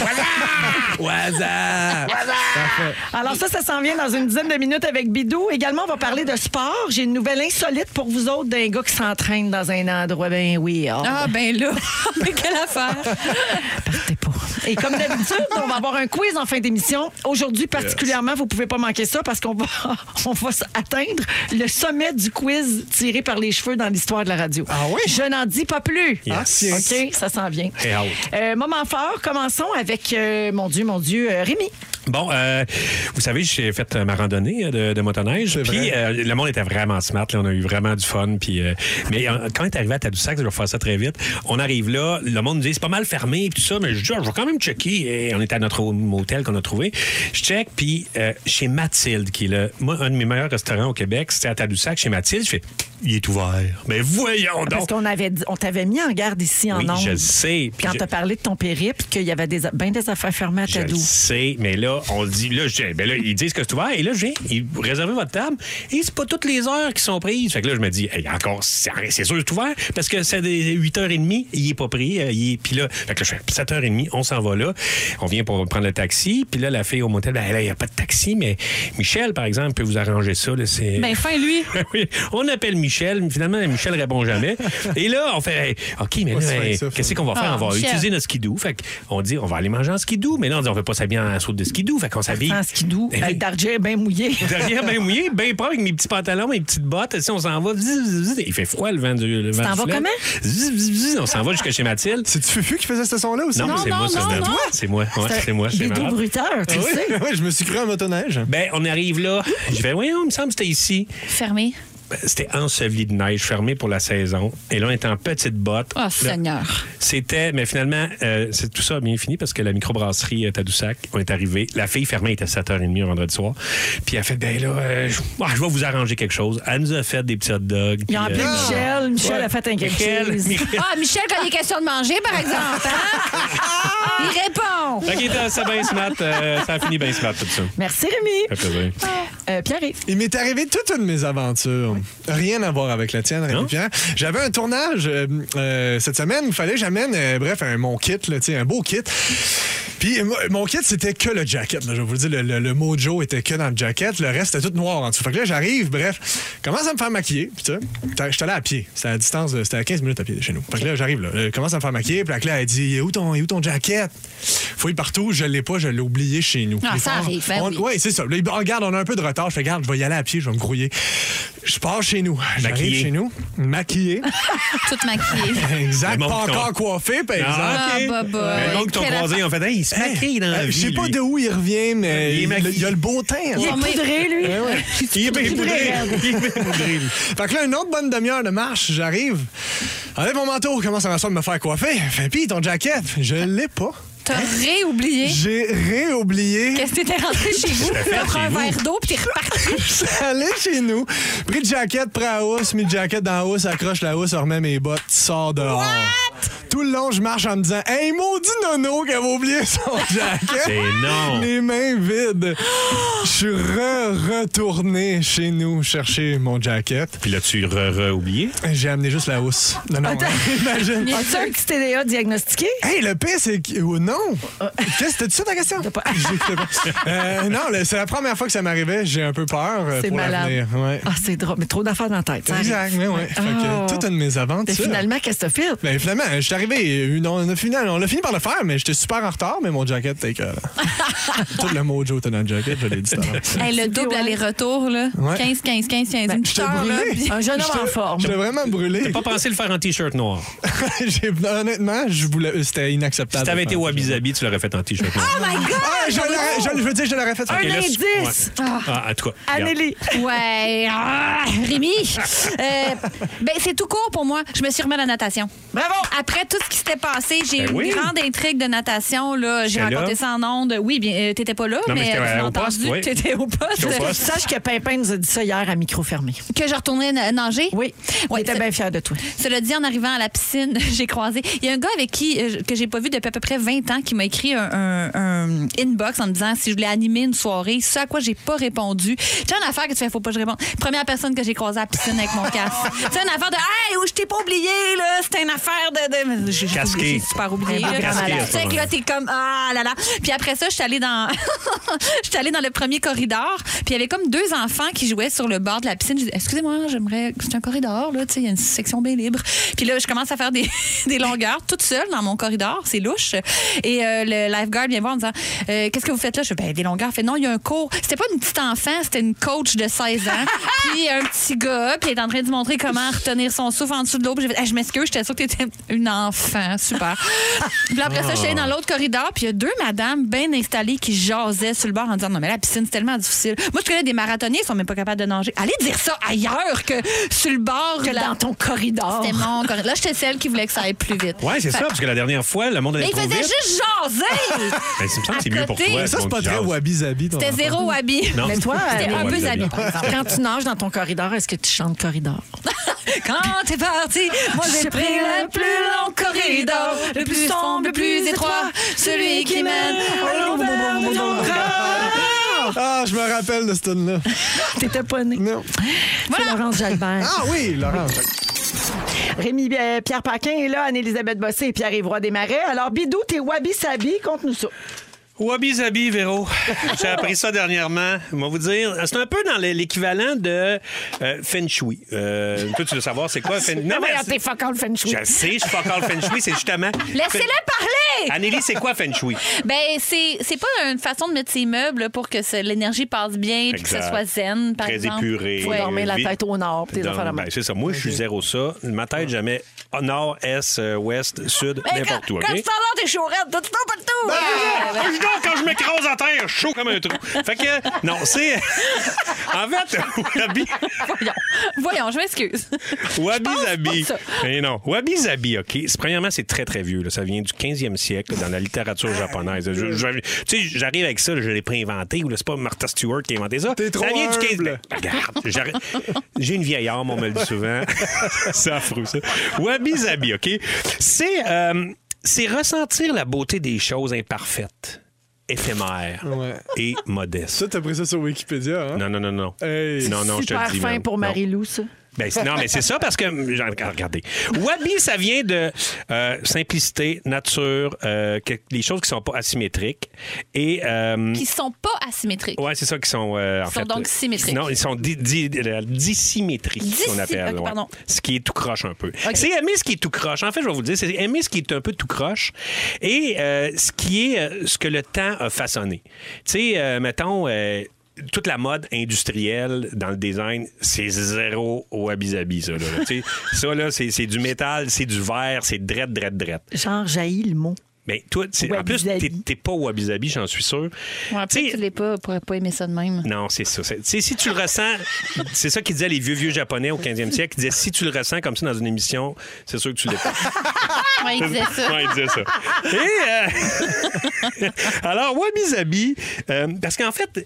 Waza! Parfait. Alors ça, ça s'en vient dans une dizaine de minutes avec Bidou. Également, on va parler de sport. J'ai une nouvelle insolite pour vous autres d'un gars qui s'entraîne dans un endroit bien weird. Ah, ben là. Mais quelle affaire. Partez pas. Et comme d'habitude, on va avoir un quiz en fin d'émission. Aujourd'hui, particulièrement, vous pouvez pas manquer ça parce qu'on va, on va atteindre le sommet du quiz tiré par les cheveux dans l'histoire de la radio. Ah oui? Je n'en dis pas plus. Yes. Ah, tiens. OK, ça s'en vient. Très hâte. Euh, moment fort, commençons avec, euh, mon Dieu, mon Dieu, euh, Rémi. Bon, euh, vous savez, j'ai fait euh, ma randonnée euh, de, de motoneige. C'est Puis vrai. euh, le monde était vraiment smart. Là, on a eu vraiment du fun. Puis, euh, mais euh, quand on est arrivé à Tadoussac, je vais faire ça très vite. On arrive là, le monde nous dit c'est pas mal fermé et tout ça, mais je dis ah, je vais quand même checker. Et on était à notre motel qu'on a trouvé. Je check, puis euh, chez Mathilde, qui est le, moi, un de mes meilleurs restaurants au Québec, c'était à Tadoussac. Chez Mathilde, je fais il est ouvert. Mais voyons Parce donc. qu'on avait, dit- on t'avait mis en garde ici en Oui, ondes. je le sais. Puis Quand je- t'as parlé de ton périple, qu'il y avait des, bien des affaires fermées à Je le Tadou. sais, mais là, on dit, là, je dis, ben là, ils disent que c'est ouvert, et là, je viens, ils réservez votre table, et c'est pas toutes les heures qui sont prises. Fait que là, je me dis, hey, encore, c'est c'est sûr que c'est ouvert, parce que c'est des huit heures trente, il est pas pris, euh, il est, puis là, fait que là, je fais sept heures trente, on s'en va là, on vient pour prendre le taxi, puis là, la fille au motel, ben là, il n'y a pas de taxi, mais Michel, par exemple, peut vous arranger ça, là, c'est... Ben, fin, lui. Oui, on appelle Michel, mais finalement, Michel répond jamais. Et là, on fait, hey, OK, mais Ouais, là, c'est vrai hey, que ça, qu'est-ce faut- qu'on va faire? Ah, on va Michel. utiliser notre skidoo. Fait qu'on dit, on va aller manger en skidoo. Mais là, on dit, on ne veut pas s'habiller en saut de skidoo. Fait qu'on s'habille. En skidoo, Ben oui. avec d'argent bien mouillé. Derrière, bien mouillé, bien propre, avec mes petits pantalons, mes petites bottes. Si on s'en va, zzz, zzz, zzz. Il fait froid, le vent du le vent t'en du vas fleuve. comment? Zzz, zzz, zzz. On s'en va jusqu'à chez Mathilde. C'est-tu Fufu qui faisait ce son-là aussi? Non, Non, c'est non, moi, ça. non, c'est non. moi. C'est moi. Ouais, c'est moi. C'est Bidou malade. bruteur, tu Ah le oui? sais. Oui, je me suis cru en motoneige. Ben, on arrive là. Je vais, oui, il me semble que c'était ici. Fermé. Ben, C'était enseveli de neige, fermé pour la saison. Et là, on était en petites bottes. Oh, Là, Seigneur. C'était, mais finalement, euh, c'est, tout ça a bien fini parce que la microbrasserie euh, Tadoussac, on est arrivé. La fille fermée était sept heures trente un vendredi soir. Puis elle a fait, ben là, euh, je, ah, je vais vous arranger quelque chose. Elle nous a fait des petits hot dogs. Il a puis, appelé euh, Michel. Michel ouais. a fait un game Michel, cheese. Michel. Ah, Michel, quand il est question de manger, par exemple, hein? Il répond. Fait qu'il était assez bien smart. euh, ça a fini bien smart, tout ça. Merci, Rémi. Ça fait plaisir. Euh, Pierre-Yves. Il m'est arrivé toute une de mes aventures. Rien à voir avec la tienne, Rémi Non? Pierre. J'avais un tournage euh, euh, cette semaine. Il fallait que j'amène, euh, bref, un, mon kit, là, tu sais, un beau kit. Puis euh, mon kit, c'était que le jacket. Là, je vais vous le dire, le, le, le Mojo était que dans le jacket. Le reste, était tout noir en dessous. Fait que là, j'arrive, bref, commence à me faire maquiller. Puis tu sais, j'étais allé à pied. C'était à distance, de- c'était à quinze minutes à pied de chez nous. Fait que là, j'arrive, là, euh, commence à me faire maquiller. Puis la Claire, elle dit, où ton, où ton jacket? Fouille partout, je l'ai pas, je l'ai oublié chez nous. Ah, Les ça forts- arrive, ben on- oui. Ouais, c'est ça. Là, il- regarde, on a un peu de retard. Je fais, regarde, je vais y aller à pied, je vais me grouiller. Je pars chez nous. J'arrive Maquillé. chez nous, maquillé. Toute maquillée. Exact. Le Pas monde qui encore t'ont- coiffé, par exemple. Ah, OK. bah, bah. Mais le monde qui t'ont Quelle croisé, ils ont fait, hey, il se maquille dans la Euh, vie. Je sais pas lui. de où il revient, mais Il est il, maquillé. il a le beau teint. Il est hein. poudré, lui. Il est bien poudré. Il est bien poudré, lui. Fait que là, une autre bonne demi-heure de marche, j'arrive. Enlève mon manteau, commence à m'asseoir de me faire coiffer. Fait pis ton jacket, je l'ai pas. T'as réoublié. J'ai réoublié. Qu'est-ce que t'étais rentré chez vous? fait T'as pris chez un vous. verre d'eau puis t'es reparti. Je suis allé chez nous, pris de jaquette, prêt à la housse, mis de jaquette dans la housse, accroche la housse, remets mes bottes, sors dehors. Tout le long, je marche en me disant « Hey, maudit nono qui avait oublié son jacket! » C'est non. Les mains vides. Je suis re-retourné chez nous chercher mon jacket. Puis là, tu re-re-oublié? J'ai amené juste la housse. Non, non, imagine. As-tu un petit T D A diagnostiqué? Hey, le pire, c'est que... oh, non! Qu'est-ce que c'était ça ta question? pas- J'écoutais pas. Euh, non, là, c'est la première fois que ça m'arrivait. J'ai un peu peur euh, C'est pour malade. l'avenir. Ouais. Ah, c'est drôle. Mais trop d'affaires dans la tête. ça Exact, arrive. mais ouais. Fait Oh. que toute une mésaventures. Mais finalement, qu'est-ce que t'as fait? Ben, finalement, je suis arrivé. une- On a, fini, on a fini par le faire, mais j'étais super en retard, mais mon jacket, t'es que. Tout le mojo était dans le jacket, je l'ai dit tout à l'heure. Hey, le double ouais. aller-retour, là. Ouais. quinze, quinze, quinze, quinze. Ben, une J'étais petite heure, là, brûlé. puis- Un jeune homme en forme. J'étais vraiment brûlé. T'as pas pensé le faire en T-shirt noir? J'ai- Honnêtement, je voulais, c'était inacceptable. Si t'avais été Ouais. Wabi Zabi, tu l'aurais fait en T-shirt noir. Oh my God! Ah, je, l'aurais- je, je veux dire, je l'aurais fait. Un Ok, là, indice! ouais. Ah, en tout cas. regarde. Anneli. Ouais. Ah, Rémi. Euh, ben, c'est tout court pour moi. Je me suis remis à la natation. Bravo! Après tout ce qui s'était passé, j'ai Ben eu oui. une grande intrigue de natation. Là. J'ai J'étais raconté là. ça en ondes. Oui, bien, euh, t'étais pas là, Non, mais mais j'étais, euh, euh, tu l'as au poste, entendu. oui. T'étais au poste. J'étais au poste. Sache que Pimpin nous a dit ça hier à micro fermé. Que je retournais na- nager. Oui. On Ouais, était ça- bien fiers de toi. Cela dit, en arrivant à la piscine, j'ai croisé. Il y a un gars avec qui euh, que j'ai pas vu depuis à peu près vingt ans qui m'a écrit un, un- un inbox en me disant si je voulais animer une soirée. Ce à quoi j'ai pas répondu. Tu as une affaire que tu fais, faut pas que je réponde. Première personne que j'ai croisée à la piscine avec mon casque. C'est une affaire de hey, où je t'ai pas oublié là. C'était une affaire de. de... J'ai, j'ai Casqué. oublié, j'ai super oublié. Un là. casqué, à ce Tu sais que là t'es comme ah là là. Puis après ça, je suis allée dans, je suis allée dans le premier corridor. Puis il y avait comme deux enfants qui jouaient sur le bord de la piscine. Je dis excusez-moi, j'aimerais. C'est un corridor là. Tu sais, il y a une section bien libre. Puis là, je commence à faire des, des longueurs toute seule dans mon corridor. C'est louche. Et euh, le lifeguard vient voir en disant euh, qu'est-ce que vous faites là? Je fais ben, des longueurs. Il fait non, il y a un cours. C'était pas une petite enfant, c'était une coach de seize ans. Puis un petit gars, puis elle est en train de montrer comment retenir son souffle en dessous de l'eau. Puis j'ai fait, hey, je m'excuse, j'étais sûre que t'étais une enfant. Super. Puis après ça, je suis allée dans l'autre corridor, puis il y a deux madames bien installées qui jasaient sur le bord en disant non, mais la piscine, c'est tellement difficile. Moi, je connais des marathoniens, ils sont même pas capables de nager. Allez dire ça ailleurs que sur le bord. Que la- dans ton corridor. C'était mon corridor. Là, j'étais celle qui voulait que ça aille plus vite. Ouais, c'est Fait- ça, parce que la dernière fois, le monde allait Mais il trop faisait vite. juste jaser! Ben, il me semble que c'est À mieux pour côté. toi. Ça, c'est pas qu'on très jase. wabi-zabi. ton C'était enfant. zéro wabi. Non. Mais toi, C'était euh, un peu Wabi-Zabi. zabi, par exemple. quand tu nages dans ton corridor, est-ce que tu chantes corridor? Quand t'es parti, moi j'ai pris le plus long corridor, le plus sombre, le plus étroit, celui qui mène au l'envers de ton corps. Ah, je me rappelle de ce tune-là. T'étais pas né. Non. C'est Laurence Jalbert. Ah oui, Laurent. Rémi euh, Pierre Paquin est là, Anne-Élisabeth Bossé et Pierre-Yves Roy Desmarais. Alors, Bidou, t'es wabi-sabi, conte-nous ça. Wabi Zabi, Véro. J'ai appris ça dernièrement. Je vais vous dire. C'est un peu dans l'équivalent de euh, Feng Shui. Euh, toi, tu veux savoir c'est quoi Feng Shui? Non, mais t'es fuck all Feng Shui. Je le sais, je suis pas encore le Feng Shui, c'est justement. Laissez-le parler! Anneli, c'est quoi Feng Shui? Ben, c'est, c'est pas une façon de mettre ses meubles pour que ce- l'énergie passe bien puis que ça Exact. soit zen, par Très exemple. épuré. Faut dormir la Vite. tête au nord, pis tes Dans- affaires de ben, même. c'est ça. Moi, je suis zéro ça. Ma tête, jamais nord, est, euh, ouest, sud, Mais n'importe quand, où. OK? quand tu t'en vas, t'es chaurette, tu tombes pas de tout! Ben, Ouais, ouais. je dors quand je m'écrase à terre, chaud comme un trou. Fait que, non, c'est. En fait, Wabi. Voyons, voyons, je m'excuse. Wabi pense Zabi. pas ça. Mais non. Wabi Zabi, OK. C'est- Premièrement, c'est très, très vieux. Là. Ça vient du quinzième siècle dans la littérature japonaise. Je- je- Tu sais, j'arrive avec ça, là, je l'ai pas inventé. Ou là, c'est pas Martha Stewart qui a inventé ça. T'es trop ça vient du quinzième. humble. Regarde, j'arrive- j'ai une vieille âme, on me le dit souvent. C'est affreux, ça. Wabi Zabi, OK. C'est, euh, c'est ressentir la beauté des choses imparfaites, éphémères Ouais. et modestes. Ça, t'as pris ça sur Wikipédia, hein? Non, non, non, non. Hey. Non, non, je te Super le dis. fin man. pour Non. Marie-Lou, ça. Ben, c'est- non, mais c'est ça parce que. genre, Regardez. Wabi, ça vient de euh, simplicité, nature, euh, que- les choses qui sont pas asymétriques. Et. euh, Qui sont pas asymétriques. Ouais, c'est ça qui sont. euh, en Ils sont fait, donc symétriques. Non, ils sont di- di- euh, dissymétriques, Dissy- qu'on appelle. ok, ouais. pardon. Ce qui est tout croche un peu. C'est aimer ce qui est tout croche. En fait, je vais vous le dire, c'est aimer ce qui est un peu tout croche et euh, ce qui est euh, ce que le temps a façonné. Tu sais, euh, mettons. euh, toute la mode industrielle dans le design, c'est zéro au wabi-sabi, ça. Là, là. Tu sais, ça, là, c'est c'est du métal, c'est du verre, c'est drette, drette, drette. Genre, jaillit le mot. Mais toi, c'est- en plus, t'es, t'es pas wabi-sabi, j'en suis sûr. Ouais, Tu sais, peut-être que tu l'es pas, pourrais pas aimer ça de même. non, c'est ça. C'est- tu sais, si tu le ressens, c'est ça qu'ils disaient les vieux, vieux Japonais au quinzième siècle. Ils disaient, si tu le ressens comme ça dans une émission, c'est sûr que tu l'es pas. Ouais, il disait ça. Ouais, il disait ça. Et, euh, alors, wabi-sabi, euh, parce qu'en fait,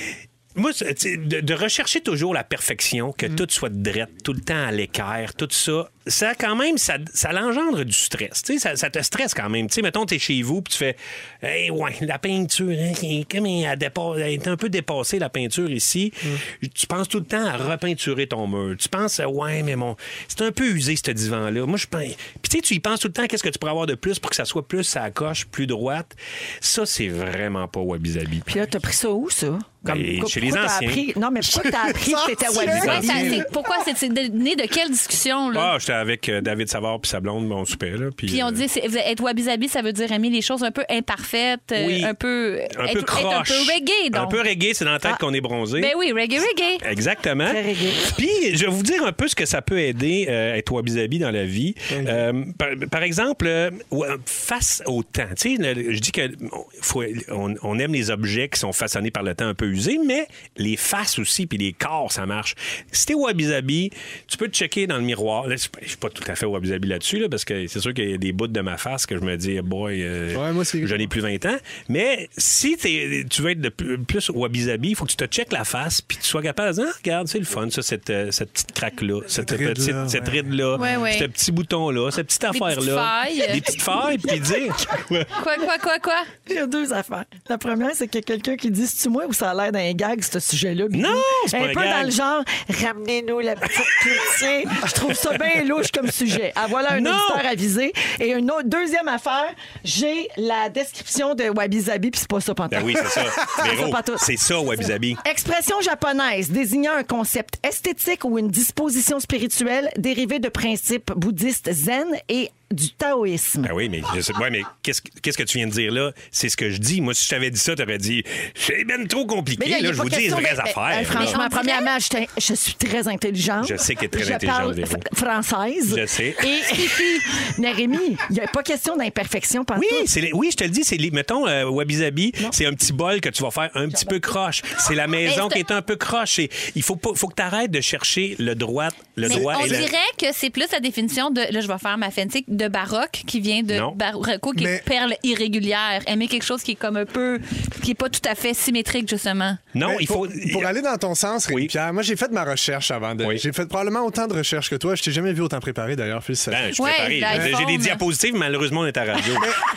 moi, c'est- tu sais, de, de rechercher toujours la perfection, que tout soit drette, tout le temps à l'équerre, tout ça, ça, quand même, ça, ça l'engendre du stress. Tu sais, ça, ça te stresse quand même. Tu sais, mettons, t'es chez vous, puis tu fais, hey, ouais, la peinture, hein, qui est comme elle, dépa- elle est un peu dépassée, la peinture ici. Tu penses tout le temps à repeinturer ton mur. Tu penses, ouais, mais mon, c'est un peu usé, ce divan-là. Moi, je pense. Puis, tu sais, tu y penses tout le temps, qu'est-ce que tu pourrais avoir de plus pour que ça soit plus ça coche, plus droite. Ça, c'est vraiment pas wabi-sabi. Puis là, t'as pris ça où, ça? Ben, chez les pourquoi t'as anciens. appris- Non, mais pourquoi t'as appris que t'étais Ouais, wabi-sabi? ça, c'est- pourquoi? C'est, c'est de- né de quelle discussion, là? Ah, j'étais avec euh, David Savard puis sa blonde, mon super, là. Puis, Puis on euh, dit, c'est, être wabi-sabi, ça veut dire aimer les choses un peu imparfaites, euh, Oui. un peu... un être, peu être croche. un peu reggae, donc. Un peu reggae, c'est dans la tête Ah. qu'on est bronzé. Ben oui, reggae, reggae. Exactement. Très reggae. Puis, je vais vous dire un peu ce que ça peut aider euh, à être wabi-sabi dans la vie. Euh, par, par exemple, euh, ouais, face au temps. Tu sais, le- je dis que faut, on, on aime les objets qui sont façonnés par le temps un peu usés, mais les faces aussi, puis les corps, ça marche. Si t'es wabi-sabi, tu peux te checker dans le miroir. Là, je je suis pas tout à fait wabi-sabi là-dessus, là, parce que c'est sûr qu'il y a des bouts de ma face que je me dis, boy, euh, Ouais, moi aussi. je n'ai plus vingt ans. Mais si t'es- tu veux être de plus, plus wabi-sabi, il faut que tu te checkes la face, puis tu sois capable de dire, ah, regarde, c'est le fun, ça, cette, euh, cette petite craque-là, cette, ride-là, petite, ouais. cette ride-là, Ouais, ouais. ce petit bouton-là, cette petite petites affaire-là. failles. Des petites failles, puis dire. Quoi, quoi, quoi, quoi? Il y a deux affaires. La première, c'est qu'il y a quelqu'un qui dit, c'est-tu moi ou ça a l'air d'un gag, ce sujet-là? Bibi? Non, c'est pas un un peu gag. dans le genre, ramenez-nous la petite pitié. Je trouve ça bien louche comme sujet. Ah, voilà un Non. auditeur avisé. Et une autre, deuxième affaire, j'ai la description de wabi-sabi, puis c'est pas ça pantoute. Ben oui, c'est ça. Véro, pas tout. c'est ça, wabi-sabi. Expression japonaise désignant un concept esthétique ou une disposition spirituelle dérivée de principes bouddhistes zen et du taoïsme. Ben oui, mais, je sais, ouais, mais qu'est-ce, que- qu'est-ce que tu viens de dire là? C'est ce que je dis. Moi, si je t'avais dit ça, t'aurais dit, c'est ben trop compliqué. Mais là, il y a là, je pas vous dis les question vraies de- affaires. Euh, là. franchement, Mais on premièrement, je, t'ai- je suis très intelligente. Je sais qu'elle est très je intelligente, parle Véro. f- française. Je sais. Et, mais Rémi, il n'y a pas question d'imperfection pantoute. Oui, c'est les- oui, je te le dis, c'est les- mettons euh, wabi-sabi, c'est un petit bol que tu vas faire un petit peu croche. C'est la maison Mais qui c'est- est un peu croche. Et il faut pas, faut que tu arrêtes de chercher le droit, le Mais droit on et le... dirait que c'est plus la définition de, là, je vais faire ma fancy, de baroque qui vient de Non. barocco, qui Mais- est perle irrégulière. Aimer quelque chose qui est comme un peu, qui est pas tout à fait symétrique, justement. Non, Mais il faut. Pour, pour aller dans ton sens, Rémi Oui. Pierre, moi, j'ai fait ma recherche avant de. Oui. J'ai fait probablement autant de recherches que toi. Je t'ai jamais vu autant préparé, d'ailleurs. Félicitations. Ben, je suis Ouais, préparé. l'iPhone. J'ai des diapositives, malheureusement, on est à radio.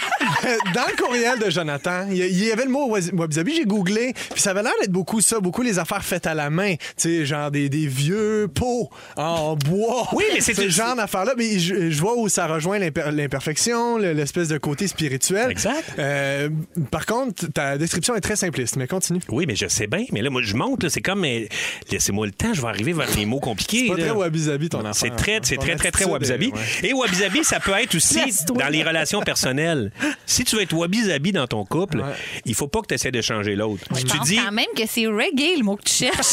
Dans le courriel de Jonathan, il y a- il y avait le mot wabi- wabi-sabi, j'ai googlé, puis ça avait l'air d'être beaucoup ça, beaucoup les affaires faites à la main, tu sais, genre des, des vieux pots en bois. Oui, mais c'est- ce genre d'affaires-là. Mais je, je vois où ça rejoint l'imper- l'imperfection, le- l'espèce de côté spirituel. Exact. Euh, par contre, ta description est très simpliste, mais continue. Oui, mais je sais bien. Mais là, moi, je monte. là, C'est comme. mais laissez-moi le temps, je vais arriver vers les mots compliqués. C'est pas là. très wabi-sabi ton affaire. C'est très, c'est Ton très, très, très attitude wabi-sabi. est- ouais. Et wabi-sabi, ça peut être aussi Laisse-toi. dans les relations personnelles. Si tu veux être wabi-sabi dans ton couple, Ouais. il faut pas que tu essaies de changer l'autre. Je tu pense dis quand même que c'est reggae, le mot que tu cherches.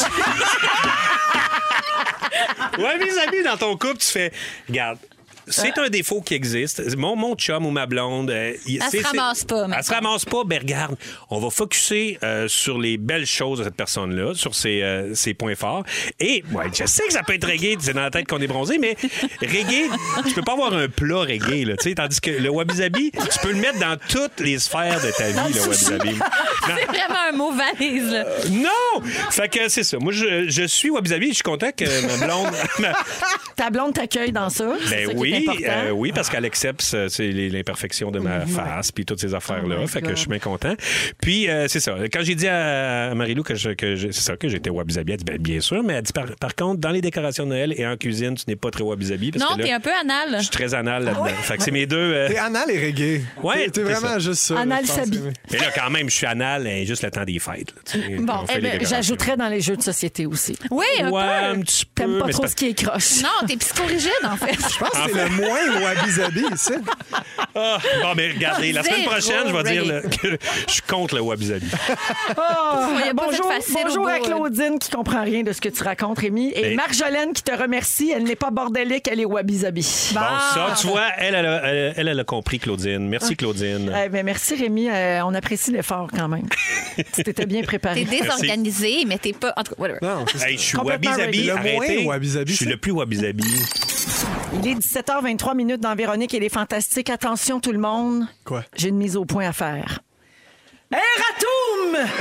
wabi-sabi dans ton couple, tu fais, regarde. C'est un défaut qui existe. Mon, mon chum ou ma blonde... euh, il- Elle c'est- se ramasse c'est- pas, Elle mettons. se ramasse pas. Ben regarde, on va focuser euh, sur les belles choses de cette personne-là, sur ses, euh, ses points forts. Et, ouais, je sais que ça peut être reggae, c'est dans la tête qu'on est bronzé, mais reggae, tu peux pas avoir un plat reggae, là, tu sais, tandis que le wabi-sabi, tu peux le mettre dans toutes les sphères de ta vie, le wabi-sabi. Non. C'est vraiment un mot valise, là. Non! Fait que c'est ça. Moi, je, je suis wabi-sabi. Je suis content que ma blonde... ma- Ta blonde t'accueille dans ça. c'est Ben ça qui oui, est important. euh, oui, parce qu'elle accepte euh, c'est les- l'imperfection de ma face, puis toutes ces affaires-là. Oh my fait que God. je suis bien content. Puis euh, c'est ça. Quand j'ai dit à, à Marie-Lou que, je- que je- c'est ça que j'étais wabi-sabi, elle dit ben, bien sûr, mais elle dit par, par contre, dans les décorations de Noël et en cuisine, tu n'es pas très wabi-sabi. parce Non, que là, t'es un peu anal. je suis très anal là-dedans. Fait que c'est mes deux. euh, T'es anal et reggae. Ouais, T'es- T'es c'est vraiment ça. juste ça. là, Anal je pense, sabi. Rémi. Mais là, quand même, je suis anal, hein, juste le temps des fêtes. là, tu sais. Bon, On fait Eh les ben, décorations. j'ajouterais dans les jeux de société aussi. Oui, un Ouais, peu. un petit peu. T'aimes pas mais trop c'est ce qui est croche. Non, t'es psychorigide, en fait. Je pense que En c'est fait- le moins wabi-sabi ici. Ah, bon, mais regardez, la semaine Zéro prochaine, je vais dire reggae. là, que je suis contre le wabi-sabi. Ah, Il y a pas bonjour, fait facile au bonjour à bout, hein. Claudine qui comprend rien de ce que tu racontes, Rémi. Et Ben- Marjolaine qui te remercie. Elle n'est pas bordélique, elle est wabi-sabi. Bon, ça, tu vois, elle, elle, a- elle, elle, elle a compris, Claudine. Merci, Claudine. Eh ben, merci, Rémi. Euh, on apprécie l'effort quand même. Tu t'étais bien préparé. T'es désorganisé, mais t'es pas. En tout cas, whatever. Non, c'est ça. Hey, je suis Complètement wabi-sabi, Le moins arrêtez. wabi-sabi, Je suis c'est- le plus wabi-sabi. Il est dix-sept heures vingt-trois minutes dans Véronique et les Fantastiques. Attention, tout le monde. Quoi? J'ai une mise au point à faire. Erratum!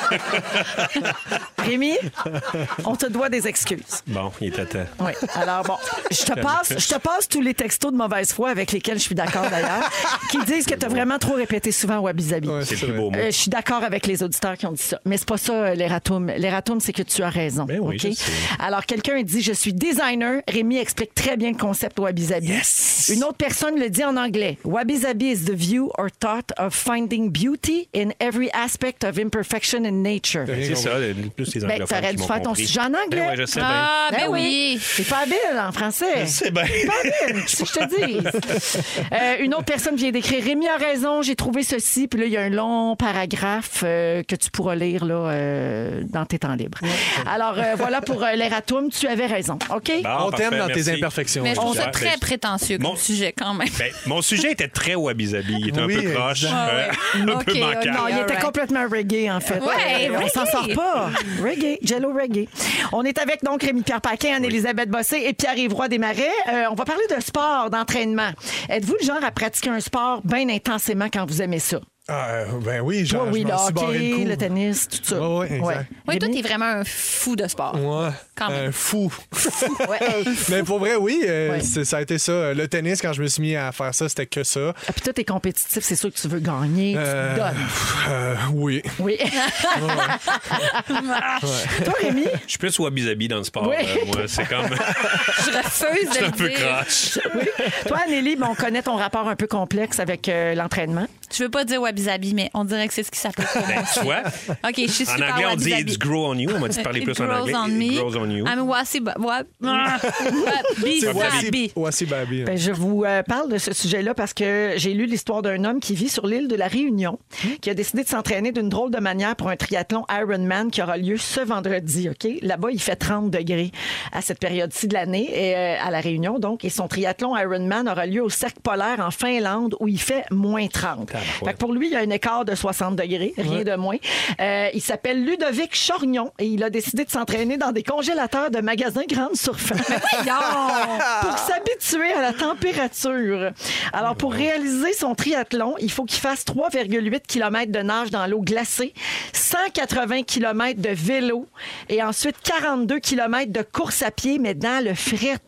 Rémi, on te doit des excuses. Bon, il était temps. Oui. Alors, bon, je te passe, je te passe tous les textos de mauvaise foi avec lesquels je suis d'accord d'ailleurs, qui disent que tu as vraiment trop répété souvent wabi-sabi. Ouais, C'est le c'est plus vrai. beau mot. Euh, je suis d'accord avec les auditeurs qui ont dit ça. Mais c'est pas ça, euh, l'erratum. L'erratum, c'est que tu as raison. Ben oui, OK? je sais. Alors, quelqu'un dit « Je suis designer ». Rémi explique très bien le concept wabi-sabi. Yes! Une autre personne le dit en anglais. « Wabi-sabi is the view or thought of finding beauty in every aspect of imperfection in nature ». C'est ça, le- plus les Ben, anglophones t'aurais qui dû m'ont faire ton compris. sujet en anglais. Ben ouais, je sais bien. Ah, ben, Ben oui. C'est pas habile en français. C'est bien. Pas habile, qu'est-ce que je te dis. Euh, une autre personne vient d'écrire « Rémi a raison, j'ai trouvé ceci ». Puis là, il y a un long paragraphe euh, que tu pourras lire là, euh, dans tes temps libres. Alors, euh, voilà pour euh, l'erratum. Tu avais raison, OK? Bon, On t'aime parfait, dans tes merci. imperfections. Mais je trouve ça Ben, très je- prétentieux comme Mon- sujet quand même. Ben, mon sujet était très wabi-sabi. Il était Oui, un peu croche, exact. euh, un Ok, peu ok. bancal. Non, il all était right. complètement reggae, en fait. Ouais, Euh, on s'en reggae. sort pas. Reggae, jello reggae. On est avec donc Rémi-Pierre Paquin, Anne-Élisabeth Bossé et Pierre-Yves Roy Desmarais. Euh, on va parler de sport, d'entraînement. Êtes-vous le genre à pratiquer un sport bien intensément quand vous aimez ça? Ah, euh, ben oui, genre, Toi, oui, je le m'en suis barré hockey, le coup. le tennis, tout ça. Ouais, ouais, exact. Oui, toi, Rémi? t'es vraiment un fou de sport. Ouais, Quand même. un fou. Ouais. Mais pour vrai, oui, euh, Ouais. c'est- ça a été ça. Le tennis, quand je me suis mis à faire ça, c'était que ça. Ah, puis toi, t'es compétitif, c'est sûr que tu veux gagner, tu Euh, te donnes. Euh, oui. Oui. Toi, Rémi? Je suis plus wabi-sabi dans le sport. Oui. euh, moi, c'est comme. Je refuse de C'est un le peu dire. croche. Toi, Anneli, ben, on connaît ton rapport un peu complexe avec euh, l'entraînement. Je veux pas dire wabi-sabi, mais on dirait que c'est ce qui s'appelle pour moi. Ben, tu vois, OK, je suis en super anglais, on dit wabi-sabi. it's grow on you. On m'a dit de parler It plus en grows anglais. on It me. grows on you. I'm wasi wab wabi C'est sabi. Voici Baby. Ben, je vous euh, parle de ce sujet-là parce que j'ai lu l'histoire d'un homme qui vit sur l'île de la Réunion, qui a décidé de s'entraîner d'une drôle de manière pour un triathlon Ironman qui aura lieu ce vendredi. Ok, là-bas, il fait trente degrés à cette période-ci de l'année et, euh, à la Réunion. Donc, et son triathlon Ironman aura lieu au cercle polaire en Finlande où il fait moins trente. Fait que pour lui, il y a un écart de soixante degrés, rien de moins. Euh, il s'appelle Ludovic Chorgnon et il a décidé de s'entraîner dans des congélateurs de magasins grande surface. Pour s'habituer à la température. Alors, pour réaliser son triathlon, il faut qu'il fasse trois virgule huit kilomètres de nage dans l'eau glacée, cent quatre-vingts kilomètres de vélo et ensuite quarante-deux kilomètres de course à pied, mais dans le fret.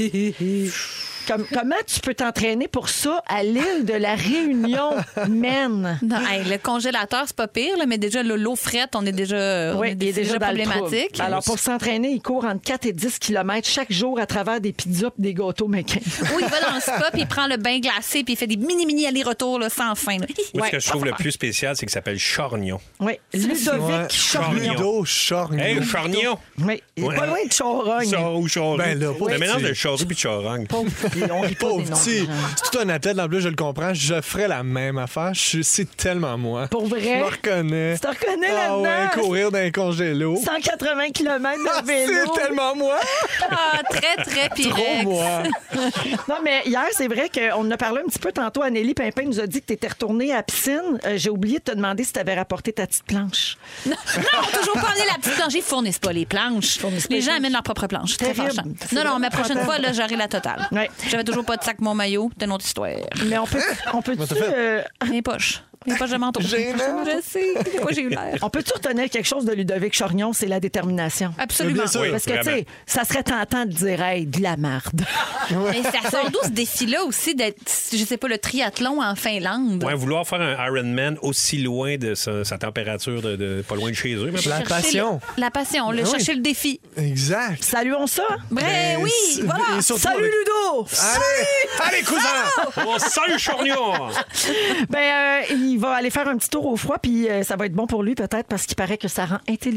Comme- comment tu peux t'entraîner pour ça à l'île de la Réunion, man? Non, hey, le congélateur, c'est pas pire, là, mais déjà, le- l'eau frette, on est déjà, on Oui, est il est déjà dans le problématique. trouble. Alors, pour s'entraîner, il court entre quatre et dix kilomètres chaque jour à travers des pizzas et des gâteaux mécaniques. Ou il va dans le spa, puis il prend le bain glacé, puis il fait des mini-mini allers-retours là, sans fin. là. Moi, Ouais. ce que je trouve le plus spécial, c'est qu'il s'appelle Chorgnon. Oui, Ludovic Ouais. Chorgnon. Ludo Chorgnon. Hey, Chorgnon! Oui, il est Ouais. pas loin de Chorogne. Chor ou Chorgnon. Ben là, pauvre Le mélange petit. de Chorgnon et de Chorogne. Pauvre petit, on rit pas des Pauvre noms, petit. gens. C'est tout un athlète, en plus, je le comprends. Je ferais la même affaire. Je- C'est tellement moi. Pour vrai? Je me reconnais. Tu te reconnais Ah là-dedans? ouais, courir dans un congélo. cent quatre-vingts kilomètres de vélo. C'est tellement moi. Ah, très, très Trop pyrex. moi. Non, mais hier, c'est vrai qu'on en a parlé un petit peu tantôt. Anneli Pimpin nous a dit que tu étais retournée à la piscine. Euh, J'ai oublié de te demander si tu avais rapporté ta petite planche. Non, toujours pas amener la petite planche. Ils fournissent pas les planches. Fournissent pas Les les gens planches. amènent leur propre planche. C'est très Terrible. fâchant. C'est Non, non, vraiment ma prochaine fâchant. fois, là, j'aurai la totale. Ouais. J'avais toujours pas de sac mon maillot. C'était une autre histoire. Mais on peut, on peut-tu, t'as fait? euh, Mes poches. Mes poches de manteau. Gênant. Je sais. De quoi j'ai eu l'air. on peut-tu retenir quelque chose de Ludovic Chorgnon? C'est la détermination. Absolument. Bien sûr. Parce que, tu Vraiment. sais, ça serait tentant de dire, hey, de la marde. Mais ça sort d'où ce défi-là aussi d'être, je sais pas, le triathlon en Finlande? Ouais, vouloir faire un Ironman aussi loin de sa, sa température, de, de- pas loin de chez eux. maintenant. La Chercher passion. le- la passion. Le Oui. chercher le défi. Exact. Saluons ça. Ben oui, c'est- voilà. et surtout Salut, avec- Ludo! Allez, allez, cousin! Oh, salut, Chorgnon! Ben, euh, il va aller faire un petit tour au froid, puis euh, ça va être bon pour lui peut-être parce qu'il paraît que ça rend intelligent.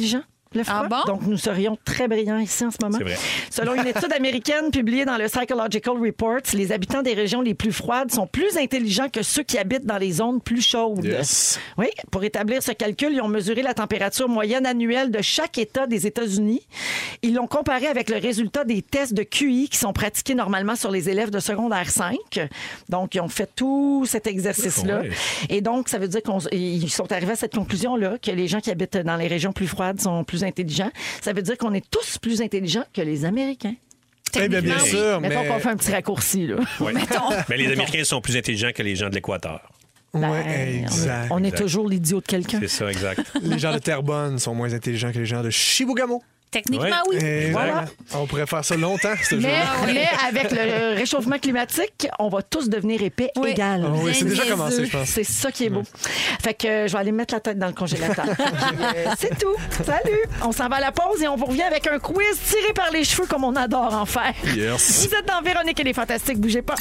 le froid. Ah bon? Donc, nous serions très brillants ici en ce moment. C'est vrai. Selon une étude américaine publiée dans le Psychological Reports, les habitants des régions les plus froides sont plus intelligents que ceux qui habitent dans les zones plus chaudes. Yes. Oui, pour établir ce calcul, ils ont mesuré la température moyenne annuelle de chaque État des États-Unis. Ils l'ont comparé avec le résultat des tests de Q I qui sont pratiqués normalement sur les élèves de secondaire cinq. Donc, ils ont fait tout cet exercice-là. Ouais. Et donc, ça veut dire qu'ils sont arrivés à cette conclusion-là, que les gens qui habitent dans les régions plus froides sont plus intelligents. Ça veut dire qu'on est tous plus intelligents que les Américains. Eh bien, bien sûr, Mettons mais... qu'on fait un petit raccourci, là. Ouais. Mais les Américains sont plus intelligents que les gens de l'Équateur. Ben, Ouais, exact. On est exact. toujours l'idiot de quelqu'un. C'est ça, exact. Les gens de Terrebonne sont moins intelligents que les gens de Chibougamau. Techniquement, Ouais. oui. Et Voilà. On pourrait faire ça longtemps, ce Mais, jeu. mais avec le réchauffement climatique, on va tous devenir épais Oui. égal. Ah oui, c'est déjà Niaiseux. commencé, je pense. C'est ça qui est beau. Fait que euh, je vais aller mettre la tête dans le congélateur. Puis, euh, c'est tout. Salut. On s'en va à la pause et on vous revient avec un quiz tiré par les cheveux comme on adore en faire. Yes. Vous êtes dans Véronique et les Fantastiques. Bougez pas.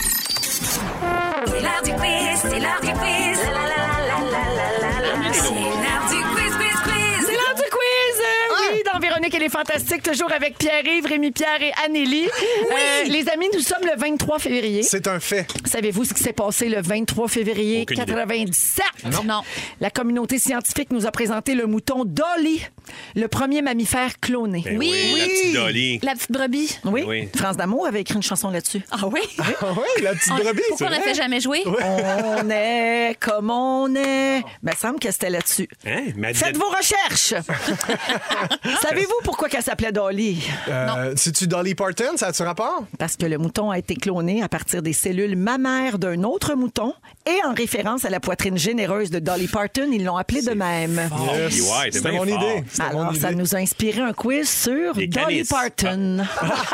C'est l'heure du quiz, c'est l'heure du quiz. La, la, la, la, la, la, la, la. C'est l'heure du quiz, quiz, quiz. C'est l'heure du quiz! Euh, Oui, dans Véronique et les Fantastiques, toujours avec Pierre-Yves, Rémi-Pierre et Anélie. Euh, les amis, nous sommes le vingt-trois février. C'est un fait. Savez-vous ce qui s'est passé le vingt-trois février Aucune idée. quatre-vingt-dix-sept? Non. La communauté scientifique nous a présenté le mouton Dolly, le premier mammifère cloné. Ben Oui. oui, la petite Dolly. La petite brebis. Oui, Oui. France d'Amour avait écrit une chanson là-dessus. Ah oui? Ah oui, la petite brebis. Pourquoi on c'est n'a vrai. fait jamais jouer? On est comme on est. Il me semble que c'était là-dessus. Hein? Mais Faites vos recherches. Savez-vous pourquoi qu'elle s'appelait Dolly? Euh, C'est-tu Dolly Parton? Ça a-tu rapport? Parce que le mouton a été cloné à partir des cellules mammaires d'un autre mouton et en référence à la poitrine généreuse de Dolly Parton, ils l'ont appelé de même. Yes. ouais, t'es C'était bien mon fort. idée. C'était mon Alors, ça idée. nous a inspiré un quiz sur Les Dolly canisses. Parton.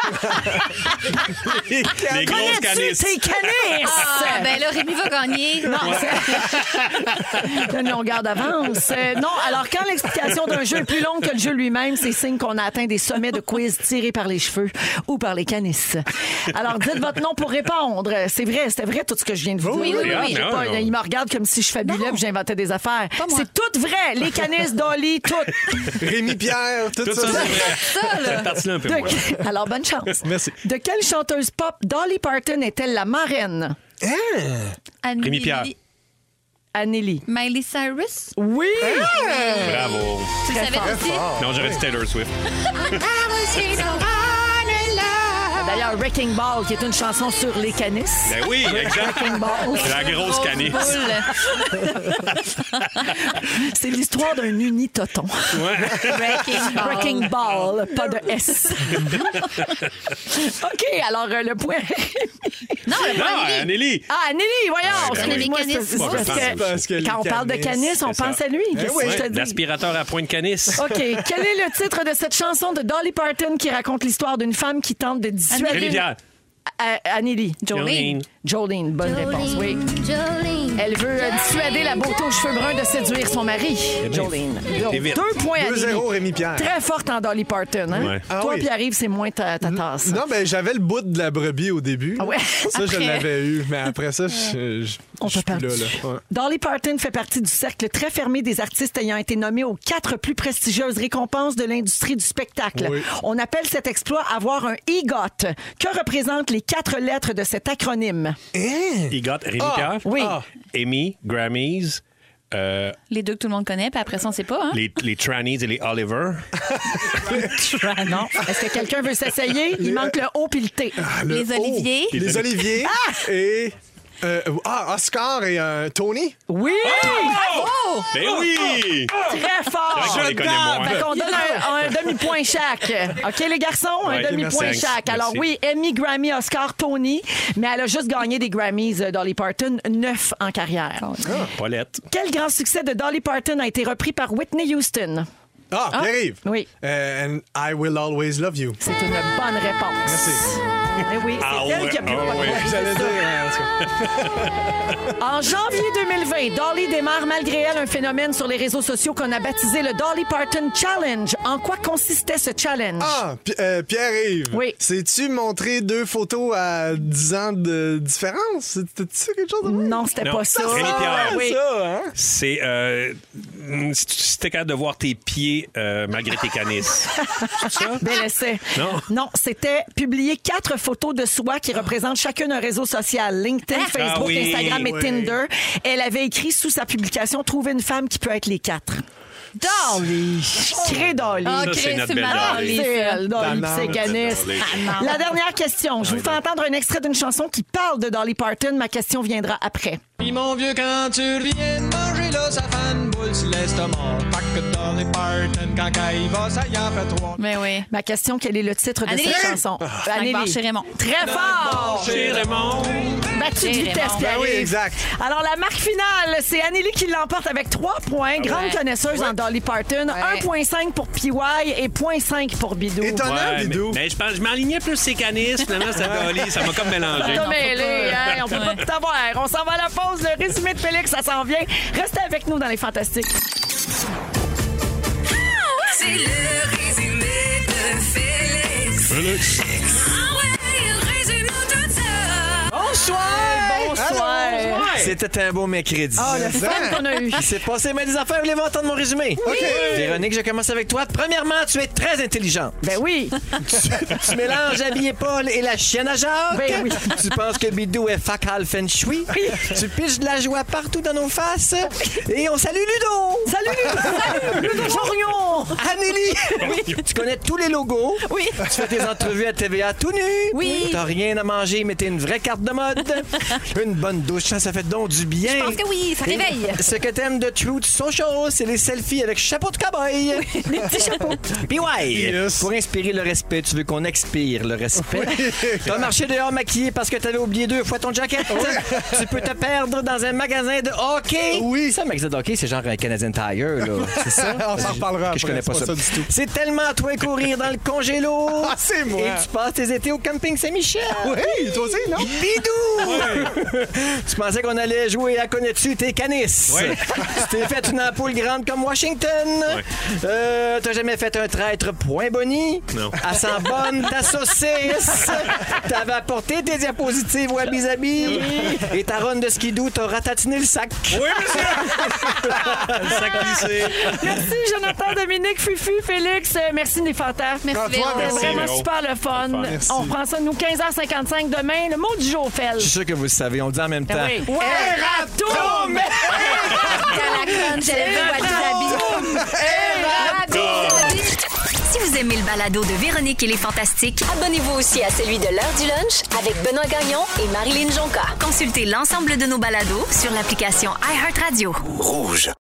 les grosses Connais-tu canisses. tes canisses? Ah, ben là, Rémi va gagner. Non, c'est une longueur d'avance. Euh, non, alors quand l'explication d'un jeu est plus longue que le jeu lui-même, c'est signe qu'on a atteint des sommets de quiz tirés par les cheveux ou par les canisses. Alors, dites votre nom pour répondre. C'est vrai, c'était vrai tout ce que je viens de vous Oui, dire. oui, oui, oui. J'ai Non, pas- non. Il me regarde comme si je fabulais et j'inventais des affaires. Pas moi. C'est tout vrai. Les canisses, Dolly, tout. Rémi Pierre, tout, Tout ça. ça, c'est vrai. Cette partie-là, un peu De- moins. Alors, bonne chance. Merci. De quelle chanteuse pop Dolly Parton est-elle la marraine? Annie- Rémi Pierre. Anneli. Miley Cyrus. Oui! Bravo. Tu le Très savais fort. aussi? Non, j'aurais dit Taylor Swift. D'ailleurs, Wrecking Ball, qui est une chanson sur les canisses. Ben oui, exact. Wrecking Ball. La grosse canisse. C'est l'histoire d'un unitoton. Ouais. Wrecking Ball. Wrecking Ball, pas de S. OK, alors euh, le point. Non, le Non, point Anneli. Anneli. Ah, Anneli, voyons! Ouais, ben Excuse-moi, oui. c'est- c'est Pas parce grave. que Parce que quand on les parle de canisses, canisses, on c'est pense ça. à lui. Qu'est-ce que Ouais, je te dis? L'aspirateur à pointe canisse. OK. Quel est le titre de cette chanson de Dolly Parton qui raconte l'histoire d'une femme qui tente de dissuader... Rémi Pierre. À- Anneli. Jolene. Jolene, bonne réponse, oui. Elle veut euh, dissuader la beauté aux cheveux bruns de séduire son mari, Jolene. T'es vite. Deux points à deux zéro Rémi Pierre. Très forte en Dolly Parton, hein? Ouais. Ah Toi, oui. Pierre-Yves, c'est moins ta, ta tasse. Non, ben j'avais le bout de la brebis au début. Ah ouais? Ça, je Après. l'avais eu. Mais après ça, je, je, On je suis peut plus là. perdre. là. Ouais. Dolly Parton fait partie du cercle très fermé des artistes ayant été nommés aux quatre plus prestigieuses récompenses de l'industrie du spectacle. Oui. On appelle cet exploit avoir un EGOT. Que représentent les quatre lettres de cet acronyme? Il got Rémi Ah, Pierre. Oui. Ah. Emmy, Grammys, euh, Les deux que tout le monde connaît, puis après ça, on sait pas. Hein? les, les Trannies et les Oliver. Non. Est-ce que quelqu'un veut s'essayer? Il manque le O puis le T. Le Les haut. oliviers. Les oliviers. Et. euh, ah, Oscar et euh, Tony. Oui! Oh! Ben oui! Très fort! C'est vrai qu'on les connaît moins. Fait qu'on donne un, un demi-point chaque. OK, les garçons? Un Ouais, demi-point merci. chaque. Alors Merci. oui, Emmy, Grammy, Oscar, Tony, mais elle a juste gagné des Grammys, euh, Dolly Parton, neuf en carrière. Paulette. Quel grand succès de Dolly Parton a été repris par Whitney Houston? Ah, Pierre-Yves. Oui. Euh, and I will always love you. C'est une bonne réponse. Merci. Eh oui, c'est Ah elle ouais, qui a pu ah ouais. J'allais dire, hein, en tout cas. En janvier deux mille vingt, Dolly démarre malgré elle un phénomène sur les réseaux sociaux qu'on a baptisé le Dolly Parton Challenge. En quoi consistait ce challenge? Ah, Pi- euh, Pierre-Yves. Oui. Sais-tu montrer deux photos à dix ans de différence? C'était ça quelque chose de même? Non, c'était Non. pas ça. Rémi Pierre. Oui. Ça, hein? C'est. Euh, si tu si t'es capable de voir tes pieds euh, malgré tes canisses. C'est ça? Bel essai. Non. Non, c'était publier quatre photos de soi qui représentent chacune un réseau social. LinkedIn, Facebook, Ah oui, Instagram et oui. Tinder. Elle avait écrit sous sa publication « Trouver une femme qui peut être les quatre ». Dolly. Crée Dolly. Ah, Ça, c'est Chris, notre c'est belle ma Dolly. Dolly, C'est ça. elle, Dolly, Ta c'est mère, Canis. c'est Dolly. La dernière question. Je vous fais entendre un extrait d'une chanson qui parle de Dolly Parton. Ma question viendra après. Puis mon vieux, quand tu reviens de manger là, ça fait une boule sur l'estomac. Pas que dans les Parton, quand il va, ça y en fait trois. Mais oui. Ma question, quel est le titre de Anneli. cette chanson? Cinq bars chez Raymond. Très fort! Chez Raymond. Battu de Chez vitesse, Raymond. Pierre. Ben oui, exact. Alors, la marque finale, c'est Anneli qui l'emporte avec trois points. Grande Ouais. connaisseuse en Dolly Parton. un virgule cinq pour P Y et zéro virgule cinq pour Bidou. Étonnant, Ouais, mais, Bidou. mais je pense, je m'enlignais plus ses canisses, finalement, ça Dolly, ça m'a comme mélangé. T'as mêlé, hein? On peut pas Ouais. tout avoir. On s'en va à la pause. Le résumé de Félix, ça s'en vient. Restez avec nous dans les Fantastiques. C'est le résumé de Félix. Félix. Ah ouais, résume-nous tout ça. Bonsoir! Bonsoir. C'était un beau mercredi. Ah, le fun qu'on a eu. Il s'est passé bien des affaires. Vous voulez entendre mon résumé? OK. Véronique, je commence avec toi. Premièrement, tu es très intelligente. Ben oui. Tu mélanges habillé Paul et la chienne à Jacques. Ben oui. Tu penses que Bidou est facal feng shui. Tu piches de la joie partout dans nos faces. Et on salue Ludo. Salut, Ludo. Ludo Chorion. Anélie. Oui. Tu connais tous les logos. Oui. Tu fais tes entrevues à T V A tout nu. Oui. T'as rien à manger, mais t'es une vraie carte de mode. Une bonne douche, ça, ça fait donc du bien. Je pense que oui, ça Et réveille. Ce que t'aimes de Truth Social, c'est les selfies avec chapeau de cowboy. Les petits chapeaux. Puis ouais, Yes. pour inspirer le respect, tu veux qu'on expire le respect. T'as marché dehors maquillé parce que t'avais oublié deux fois ton jacket. Tu peux te perdre dans un magasin de hockey. Oui. Ça, un magasin de hockey, c'est genre un Canadian Tire, là. C'est ça? On s'en reparlera Que je après, connais pas c'est ça. pas ça du tout. C'est tellement toi courir dans le congélo. Ah, c'est moi. Et tu passes tes étés au camping Saint-Michel. Oui, toi aussi, non? Bidou! Tu pensais qu'on allait jouer à connais-tu tes canisses? Ouais. Tu t'es fait une ampoule grande comme Washington. Euh, T'as jamais fait un traître point boni? Non. À sent bonne ta saucisse. T'avais apporté tes diapositives Wabi-Sabi. Et ta ronde de skidoo, t'as ratatiné le sac. Oui, monsieur! Le sac glissé. Merci, Jonathan, Dominique, Fufu, Félix. Euh, Merci, les fantasmes. Merci, À toi, Véro. C'était merci. vraiment Véro. super le fun. Merci. On reprend ça, nous, quinze heures cinquante-cinq demain. Le mot du jour, Fel. Je suis sûr que vous le savez, on le dit en même temps. Oui. Eratum! À la conne, j'avais vu Wabi-Sabi. Si vous aimez le balado de Véronique et les Fantastiques, Abonnez-vous aussi à celui de l'heure du lunch avec Benoît Gagnon et Marilyn Jonca. consultez l'ensemble de nos balados sur l'application iHeartRadio. Rouge.